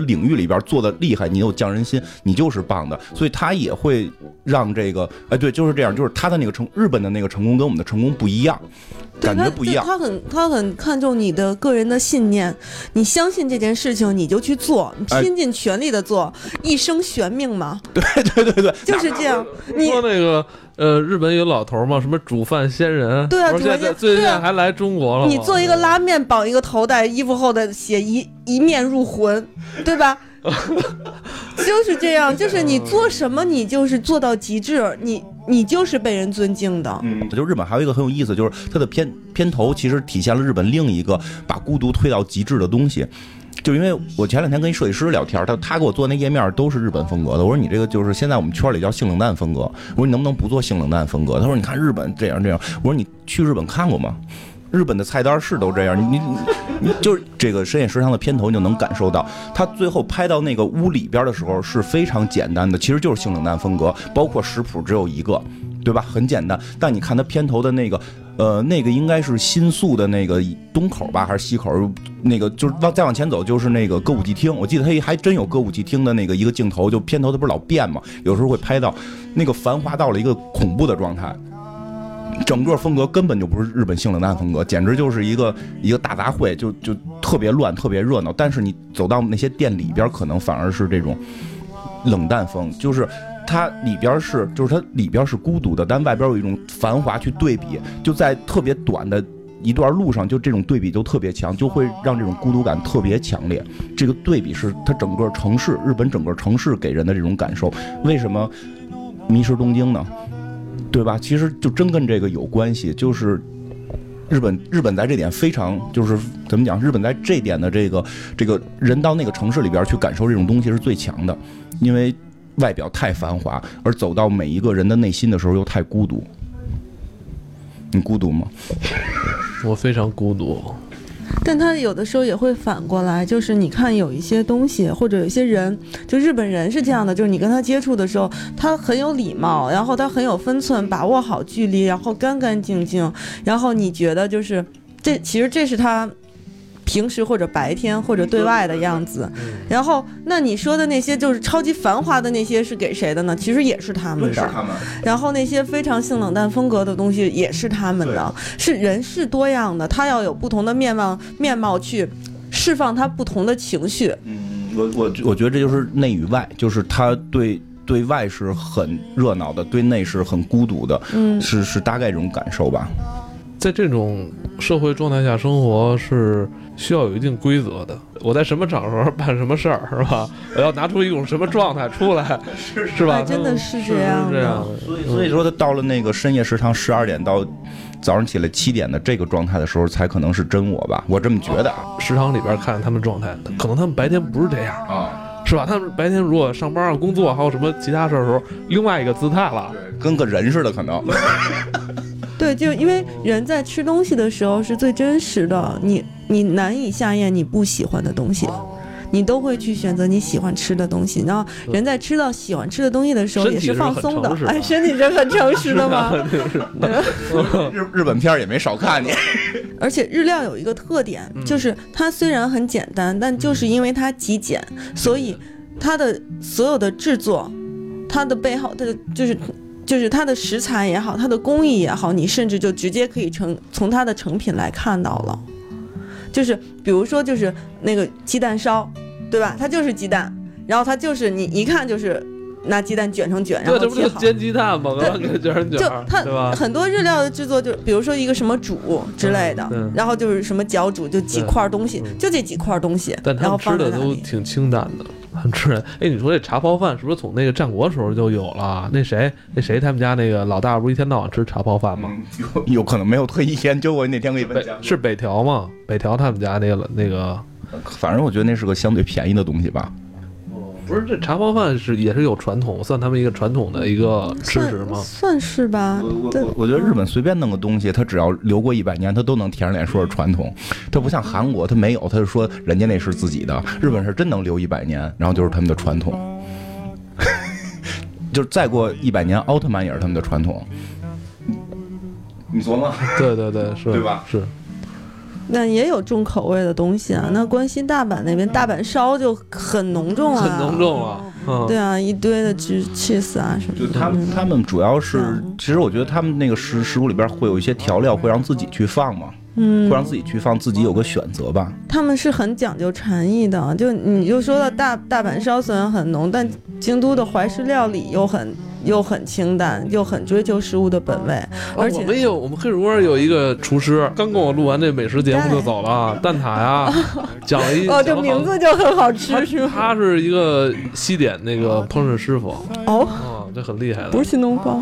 领域里边做的厉害，你有匠人心，你就是棒的，所以他也会让这个，对，就是这样，就是他的那个日本的那个成功跟我们的成功不一样。感觉不一样， 他很看重你的个人的信念，你相信这件事情你就去做，你拼尽全力的做，一生悬命嘛。 对， 就是这样。你说那个日本有老头嘛，什么煮饭仙人， 对啊， 最近还来中国了。 你做一个拉面，绑一个头带，衣服后的写一面入魂，对吧？就是这样，就是你做什么，你就是做到极致，你就是被人尊敬的。 就日本还有一个很有意思，就是它的片头其实体现了日本另一个把孤独推到极致的东西。就因为我前2天跟一设计师聊天，他给我做那页面都是日本风格的。我说你这个就是现在我们圈里叫性冷淡风格。我说你能不能不做性冷淡风格？他说你看日本这样。我说你去日本看过吗？日本的菜单是都这样，你就是这个深夜食堂的片头，你就能感受到，他最后拍到那个屋里边的时候是非常简单的，其实就是性冷淡风格，包括食谱只有一个，对吧？很简单。但你看他片头的那个，那个应该是新宿的那个东口吧，还是西口？那个就是再往前走就是那个歌舞伎町，我记得他还真有歌舞伎町的那个一个镜头，就片头他不是老变嘛，有时候会拍到那个繁华到了一个恐怖的状态。整个风格根本就不是日本性冷淡风格，简直就是一个大杂烩，就特别乱，特别热闹。但是你走到那些店里边，可能反而是这种冷淡风，就是它里边是孤独的，但外边有一种繁华去对比，就在特别短的一段路上，就这种对比就特别强，就会让这种孤独感特别强烈。这个对比是它整个城市，日本整个城市给人的这种感受。为什么迷失东京呢？对吧？其实就真跟这个有关系，就是日本在这点非常，就是怎么讲？日本在这点的这个人到那个城市里边去感受这种东西是最强的，因为外表太繁华，而走到每一个人的内心的时候又太孤独。你孤独吗？ 我非常孤独。 但他有的时候也会反过来，就是你看有一些东西或者有一些人，就日本人是这样的，就是你跟他接触的时候，他很有礼貌，然后他很有分寸，把握好距离，然后干干净净，然后你觉得就是其实这是他平时或者白天或者对外的样子。然后那你说的那些就是超级繁华的那些是给谁的呢？其实也是他们的。然后那些非常性冷淡风格的东西也是他们的。是人是多样的，他要有不同的面貌去释放他不同的情绪。 我觉得这就是内与外，就是他对外是很热闹的，对内是很孤独的。是大概这种感受吧。 在这种社会状态下生活是需要有一定规则的。我在什么场合办什么事儿，是吧？我要拿出一种什么状态出来，是吧？ 真的是这样的。 所以说，他到了那个深夜食堂12点到早上起来7点的这个状态的时候，才可能是真我吧？我这么觉得。 食堂里边看他们状态，可能他们白天不是这样啊，是吧？他们白天如果上班啊、工作还有什么其他事儿的时候，另外一个姿态了， 跟个人似的，可能。 对，就因为人在吃东西的时候是最真实的，你难以下咽你不喜欢的东西，你都会去选择你喜欢吃的东西。然后人在吃到喜欢吃的东西的时候也是放松的，哎，身体是很诚实的嘛。 日本片也没少看你。 而且日料有一个特点，就是它虽然很简单，但就是因为它极简，所以它的所有的制作，它的背后的就是它的食材也好，它的工艺也好，你甚至就直接可以从它的成品来看到了。就是比如说就是那个鸡蛋烧，对吧？它就是鸡蛋，然后它就是你一看就是拿鸡蛋卷成卷，然后这不就煎鸡蛋吗？卷成卷， 就它很多日料的制作，就比如说一个什么煮之类的，然后就是什么脚煮，就几块东西，就这几块东西， 但他们吃的都挺清淡的。很吃人。哎，你说这茶泡饭是不是从那个战国时候就有了？那谁他们家那个老大不是一天到晚吃茶泡饭吗？ 有可能没有特意研究过，那天可以问一下。 是北条吗？北条他们家那个， 反正我觉得那是个相对便宜的东西吧。 不是，这茶泡饭也是有传统，算他们一个传统的一个吃食吗？ 算是吧。 我觉得日本随便弄个东西，它只要留过100年，它都能舔着脸说是传统。它不像韩国，它没有，它就说人家那是自己的。日本是真能留100年，然后就是他们的传统。就是再过100年，奥特曼也是他们的传统。你琢磨？ 对，是， 对吧？ 是。 那也有重口味的东西啊。那关西大阪那边大阪烧就很浓重啊， 很浓重了。 对啊，一堆的cheese 啊什么的。 就他们主要是，其实我觉得他们那个食物里边会有一些调料会让自己去放嘛。会让自己去放，自己有个选择吧。 他们是很讲究禅意的，就你就说到大阪烧虽然很浓，但京都的怀石料理又很清淡，又很追求食物的本味。而且我们黑水锅有一个厨师，刚跟我录完这美食节目就走了，蛋挞呀，讲了一这名字就很好吃，是吗？ 他是一个西点那个烹饪师傅这很厉害的， 不是新东方。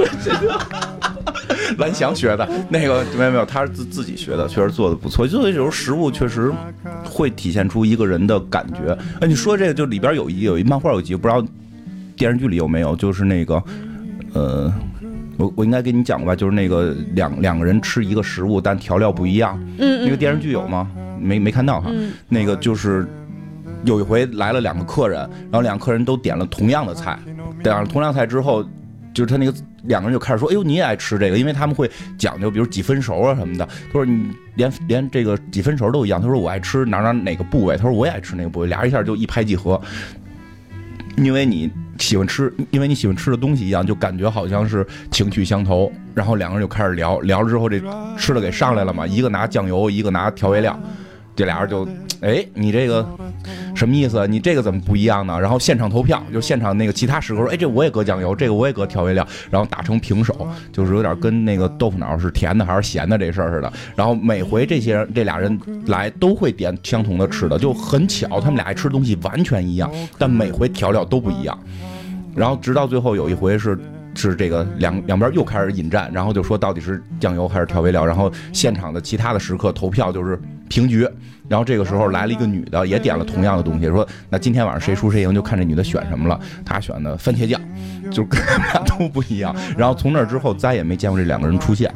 蓝翔学的那个没有，他是自己学的，确实做的不错。就有时候食物确实会体现出一个人的感觉。你说这个就里边有一漫画有集，不知道电视剧里有没有，就是那个我应该给你讲过吧，就是那个两个人吃一个食物，但调料不一样。那个电视剧有吗？没看到哈。那个就是有一回来了2个客人，然后2个客人都点了同样的菜，点了同样菜之后。就是他那个2个人就开始说，哎呦你也爱吃这个，因为他们会讲究，比如几分熟啊什么的。他说你连这个几分熟都一样。他说我爱吃哪个部位，他说我也爱吃那个部位，俩人一下就一拍即合。因为你喜欢吃的东西一样，就感觉好像是情趣相投。然后2个人就开始聊了之后，这吃的给上来了嘛，一个拿酱油，一个拿调味料，这俩人就你这个什么意思？你这个怎么不一样呢？然后现场投票，就现场那个其他食客说，这我也搁酱油，这个我也搁调味料，然后打成平手，就是有点跟那个豆腐脑是甜的还是咸的这事儿似的。然后每回这俩人来都会点相同的吃的，就很巧，他们俩爱吃的东西完全一样，但每回调料都不一样。然后直到最后有一回是这个两边又开始引战，然后就说到底是酱油还是调味料，然后现场的其他的食客投票就是平局。然后这个时候来了一个女的，也点了同样的东西，说那今天晚上谁输谁赢，就看这女的选什么了。她选的番茄酱，就跟他们俩都不一样。然后从那之后再也没见过这2个人出现。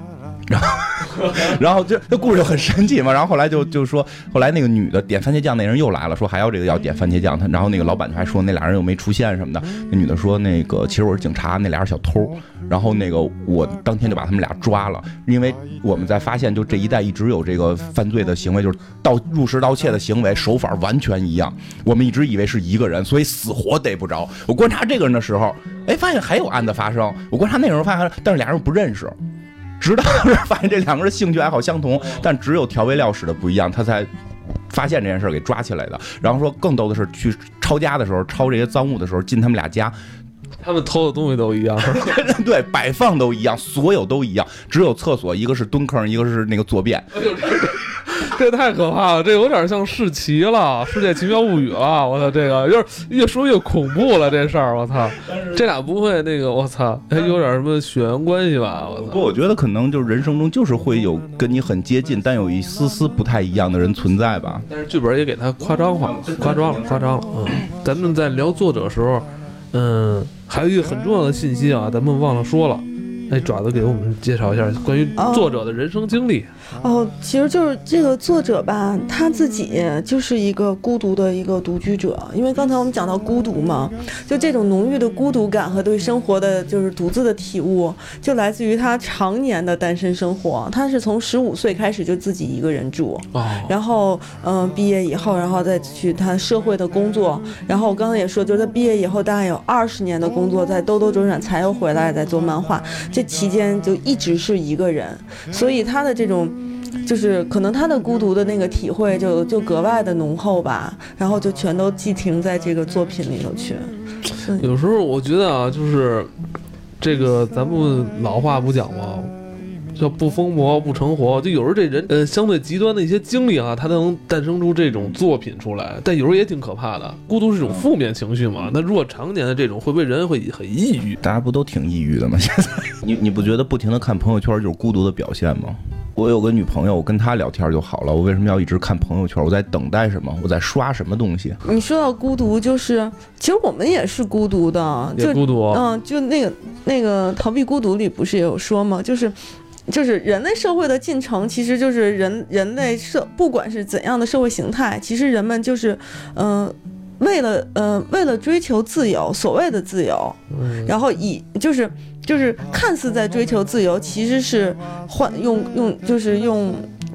然后这故事就很神奇嘛。然后后来就说，后来那个女的点番茄酱那人又来了，说还要这个要点番茄酱。然后那个老板还说那俩人又没出现什么的。那女的说那个其实我是警察，那俩是小偷。然后那个我当天就把他们俩抓了，因为我们在发现就这一带一直有这个犯罪的行为，就是入室盗窃的行为，手法完全一样。我们一直以为是一个人，所以死活逮不着。我观察这个人的时候，发现还有案子发生。我观察那个人发现，但是俩人不认识。直到发现这2个人兴趣爱好相同，但只有调味料使的不一样，他才发现这件事给抓起来的。然后说更逗的是，去抄家的时候，抄这些赃物的时候，进他们俩家， 他们偷的东西都一样。 对，摆放都一样，所有都一样，只有厕所一个是蹲坑，一个是那个坐便。 这太可怕了，这有点像世奇了，世界奇妙物语了。我操，这个就是越说越恐怖了，这事儿，我操，这俩不会那个，我操，还有点什么血缘关系吧？我操。 不过我觉得可能就是人生中就是会有跟你很接近，但有一丝丝不太一样的人存在吧。 但是剧本也给他夸张了。咱们在聊作者的时候，还有一个很重要的信息啊，咱们忘了说了。爪子给我们介绍一下关于作者的人生经历。 其实就是这个作者吧，他自己就是一个孤独的一个独居者。因为刚才我们讲到孤独嘛，就这种浓郁的孤独感和对生活的就是独自的体悟，就来自于他常年的单身生活。他是从15岁开始就自己一个人住，然后毕业以后，然后再去他社会的工作。然后我刚才也说，就是他毕业以后大概有20年的工作，在兜兜转转才又回来在做漫画。这期间就一直是一个人，所以他的这种就是可能他的孤独的那个体会就格外的浓厚吧，然后就全都寄停在这个作品里头去。 有时候我觉得啊，就是这个咱们老话不讲吗？叫不疯魔不成活。就有时候这人相对极端的一些经历啊，他能诞生出这种作品出来，但有时候也挺可怕的。孤独是一种负面情绪嘛，那如果常年的这种，会不会人会很抑郁？ 大家不都挺抑郁的吗？现在你不觉得不停的看朋友圈就是孤独的表现吗？我有个女朋友，我跟她聊天就好了，我为什么要一直看朋友圈？我在等待什么？我在刷什么东西？ 你说到孤独，就是其实我们也是孤独的， 也孤独。 就那个逃避孤独里不是也有说吗？就是人类社会的进程，其实就是人类不管是怎样的社会形态，其实人们就是为了追求自由，所谓的自由，然后就是看似在追求自由，其实是用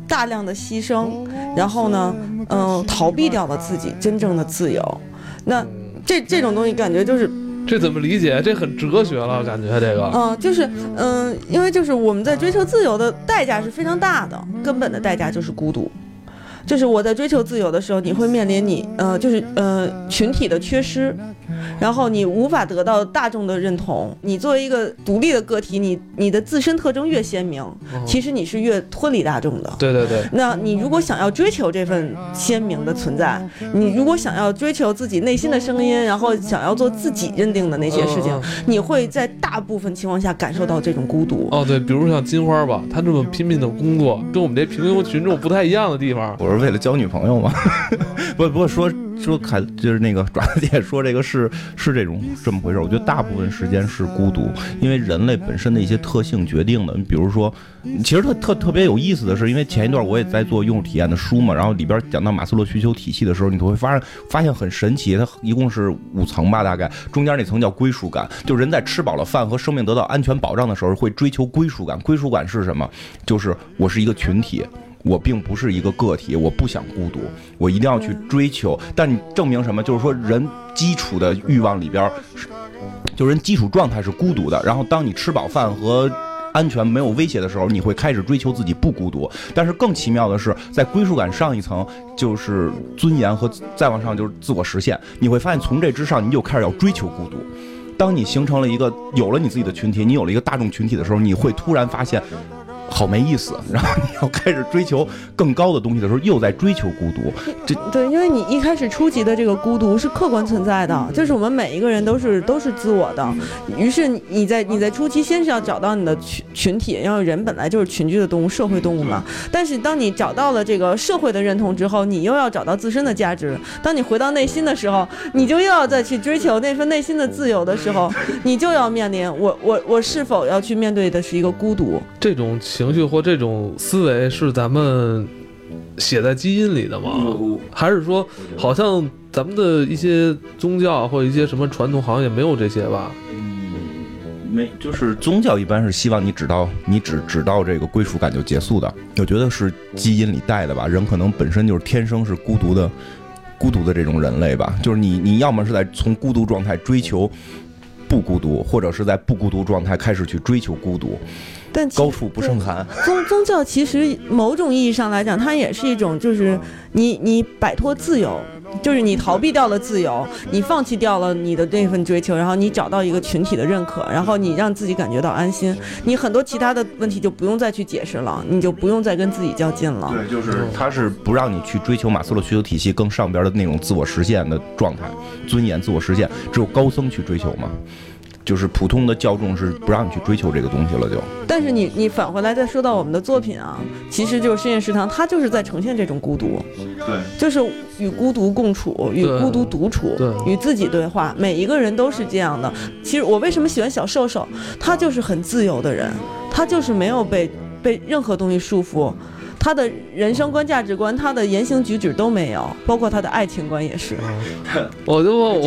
大量的牺牲，然后呢，逃避掉了自己真正的自由。那这种东西感觉就是。 这怎么理解？这很哲学了，感觉这个。 就是因为就是我们在追求自由的代价是非常大的，根本的代价就是孤独。就是我在追求自由的时候，你会面临你群体的缺失，然后你无法得到大众的认同。你作为一个独立的个体，你的自身特征越鲜明，其实你是越脱离大众的。 对对对。 那你如果想要追求这份鲜明的存在，你如果想要追求自己内心的声音，然后想要做自己认定的那些事情，你会在大部分情况下感受到这种孤独。 对，比如像金花吧，她这么拼命的工作，跟我们这平庸群众不太一样的地方。 我是为了交女朋友嘛。不过说就是那个爪子姐说这个是这么回事。我觉得大部分时间是孤独，因为人类本身的一些特性决定的。比如说，其实特别有意思的是，因为前一段我也在做用户体验的书嘛，然后里边讲到马斯洛需求体系的时候，你会发现很神奇。它一共是5层吧，大概中间那层叫归属感，就人在吃饱了饭和生命得到安全保障的时候会追求归属感。归属感是什么？就是我是一个群体。我并不是一个个体，我不想孤独，我一定要去追求。但你证明什么？就是说人基础的欲望里边，就人基础状态是孤独的。然后当你吃饱饭和安全没有威胁的时候，你会开始追求自己不孤独。但是更奇妙的是，在归属感上一层就是尊严，和再往上就是自我实现。你会发现从这之上，你就开始要追求孤独。当你形成了有了你自己的群体，你有了一个大众群体的时候，你会突然发现好没意思，然后你要开始追求更高的东西的时候，又在追求孤独。 对，因为你一开始初级的这个孤独是客观存在的，就是我们每一个人都是自我的。于是你在初期先是要找到你的群体，因为人本来就是群居的动物，社会动物嘛。但是当你找到了这个社会的认同之后，你又要找到自身的价值。当你回到内心的时候，你就又要再去追求那份内心的自由的时候，你就要面临我是否要去面对的是一个孤独。 这种情绪或这种思维是咱们写在基因里的吗？还是说好像咱们的一些宗教或者一些什么传统好像也没有这些吧？ 没，就是宗教一般是希望你只到这个归属感就结束的。我觉得是基因里带的吧，人可能本身就是天生是孤独的这种人类吧，就是你要么是在从孤独状态追求不孤独，或者是在不孤独状态开始去追求孤独。 但高处不胜寒。 宗教其实某种意义上来讲，它也是一种，就是你摆脱自由，就是你逃避掉了自由，你放弃掉了你的那份追求，然后你找到一个群体的认可，然后你让自己感觉到安心，你很多其他的问题就不用再去解释了，你就不用再跟自己较劲了。 对，就是它是不让你去追求马斯洛需求体系更上边的那种自我实现的状态，尊严、自我实现，只有高僧去追求嘛。就是普通的教众是不让你去追求这个东西了就。 但是你返回来再说到我们的作品啊，其实就是深夜食堂，它就是在呈现这种孤独。 对， 就是与孤独共处，与孤独独处，与自己对话，每一个人都是这样的。其实我为什么喜欢小瘦瘦，他就是很自由的人，他就是没有被任何东西束缚，他的人生观、价值观，他的言行举止都没有，包括他的爱情观也是。 我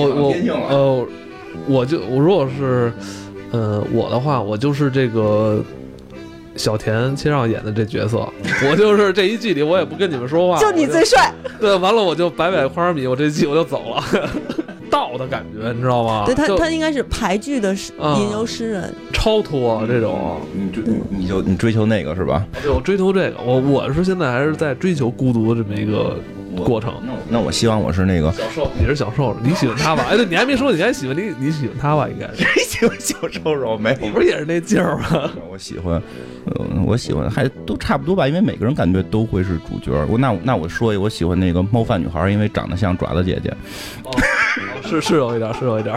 如果是我的话，我就是这个小田切让演的这角色，我就是这一季里我也不跟你们说话， 就你最帅。 对，完了我就摆花米，我这季我就走了。道的感觉，你知道吗？ 对，他应该是排剧的吟游诗人， 超脱这种。 你追求那个是吧？ 对，我追求这个，我是现在还是在追求孤独的这么一个过程。 那我希望我是那个小瘦，你是小瘦，你喜欢他吧？哎，对，你还没说你还喜欢你喜欢他吧？应该谁喜欢小瘦瘦？没有， 你不是也是那劲儿吗？ 我喜欢，还都差不多吧，因为每个人感觉都会是主角。那我说我喜欢那个猫饭女孩，因为长得像爪子姐姐。 是有一点。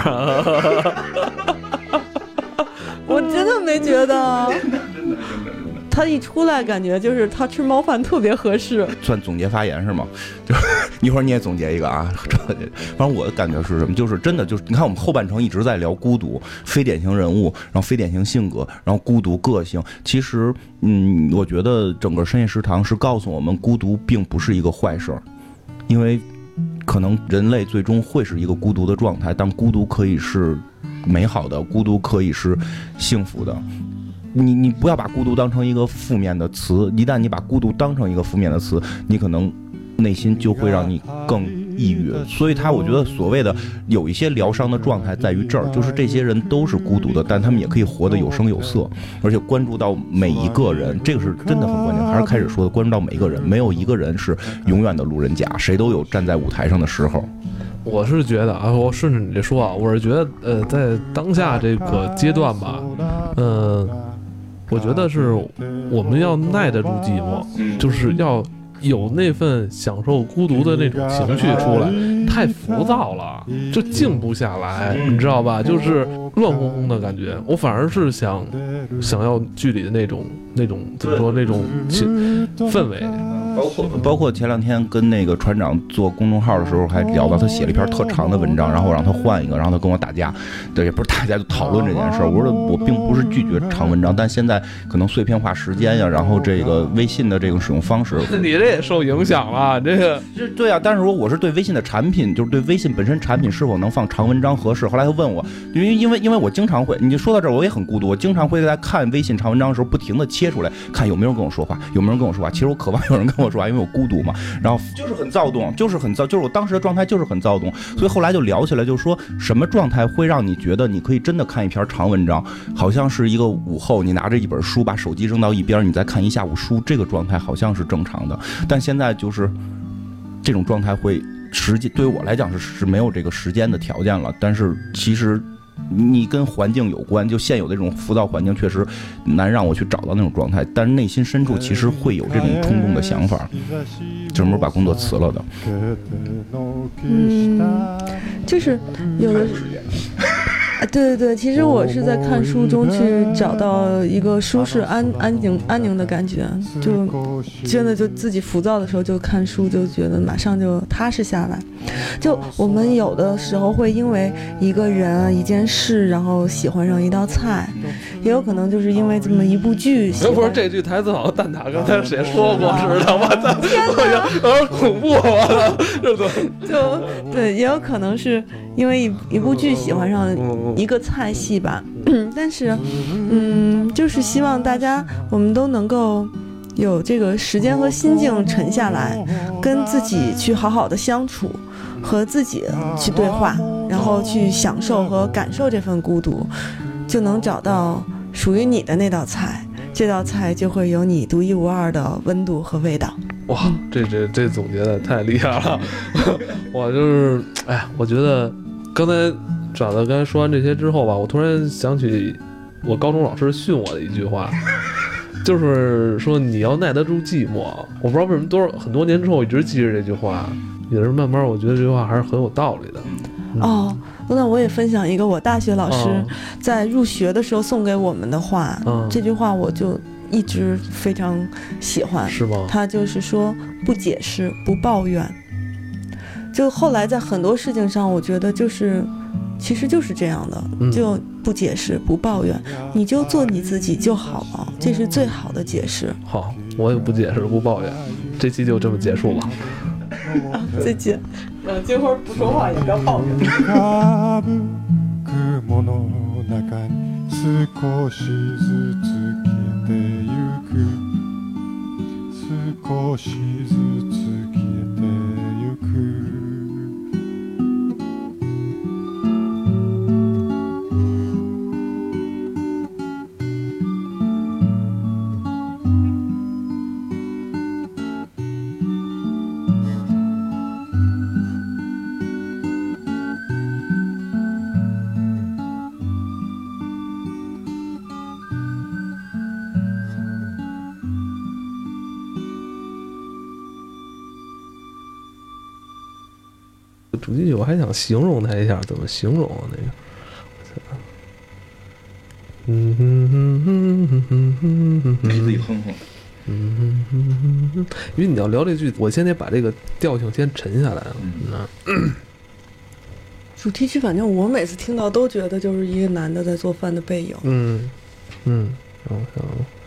我真的没觉得。他一出来，感觉就是他吃猫饭特别合适。 算总结发言是吗？就一会儿你也总结一个啊。反正我的感觉是什么？就是真的就是，你看我们后半程一直在聊孤独、非典型人物，然后非典型性格，然后孤独个性。其实，我觉得整个深夜食堂是告诉我们，孤独并不是一个坏事，因为可能人类最终会是一个孤独的状态，但孤独可以是美好的，孤独可以是幸福的。 你不要把孤独当成一个负面的词，一旦你把孤独当成一个负面的词，你可能内心就会让你更抑郁。所以我觉得所谓的有一些疗伤的状态在于这儿，就是这些人都是孤独的，但他们也可以活得有声有色，而且关注到每一个人，这个是真的很关键。还是开始说的，关注到每一个人，没有一个人是永远的路人甲，谁都有站在舞台上的时候。 我是觉得啊，我顺着你这说啊，我是觉得在当下这个阶段吧，我觉得是我们要耐得住寂寞，就是要有那份享受孤独的那种情绪出来。太浮躁了，就静不下来，你知道吧？就是乱哄哄的感觉。我反而是想要剧里的那种怎么说那种氛围。 包括前两天跟那个船长做公众号的时候，还聊到他写了一篇特长的文章，然后我让他换一个，然后他跟我打架，对，也不是打架，就讨论这件事。我说我并不是拒绝长文章，但现在可能碎片化时间呀，然后这个微信的这种使用方式， 你这也受影响了，这个对啊。但是我是对微信的产品，就是对微信本身产品是否能放长文章合适。后来他问我，因为我经常会，你说到这儿我也很孤独，我经常会在看微信长文章的时候不停的切出来看有没有人跟我说话，有没有人跟我说话。其实我渴望有人跟我说话，因为我孤独嘛，然后就是很躁动，就是我当时的状态就是很躁动，所以后来就聊起来，就说什么状态会让你觉得你可以真的看一篇长文章，好像是一个午后你拿着一本书把手机扔到一边，你再看一下午书，这个状态好像是正常的。但现在就是这种状态会对于我来讲是没有这个时间的条件了。但是其实你跟环境有关，就现有的这种浮躁环境确实难让我去找到那种状态，但是内心深处其实会有这种冲动的想法，什么时候把工作辞了的。 就是有的对，其实我是在看书中去找到一个舒适安宁的感觉，就真的就自己浮躁的时候就看书，就觉得马上就踏实下来。就我们有的时候会因为一个人一件事，然后喜欢上一道菜，也有可能就是因为这么一部剧。 不是这句台词好像蛋挞刚才谁说过似的，我操，有点恐怖，我操， 就对，也有可能是因为一部剧喜欢上一个菜系吧。但是就是希望大家我们都能够有这个时间和心境沉下来，跟自己去好好的相处，和自己去对话，然后去享受和感受这份孤独，就能找到属于你的那道菜，这道菜就会有你独一无二的温度和味道。 哇，这总结的太厉害了。我就是我觉得刚才说完这些之后吧，我突然想起我高中老师训我的一句话，就是说你要耐得住寂寞。我不知道为什么很多年之后我一直记着这句话，也是慢慢我觉得这句话还是很有道理的。 那我也分享一个我大学老师在入学的时候送给我们的话，这句话我就一直非常喜欢。 是吗？ 他就是说不解释不抱怨。就后来在很多事情上我觉得其实就是这样的，就不解释不抱怨，你就做你自己就好了，这是最好的解释。 好，我也不解释不抱怨，这期就这么结束了。 再见。今会儿不说话也不要抱怨。主题曲我还想形容它一下，怎么形容啊？那个， 你自己哼哼。 因为你要聊这句，我先得把这个调性先沉下来了。 主题曲，反正我每次听到都觉得就是一个男的在做饭的背影。 然后想。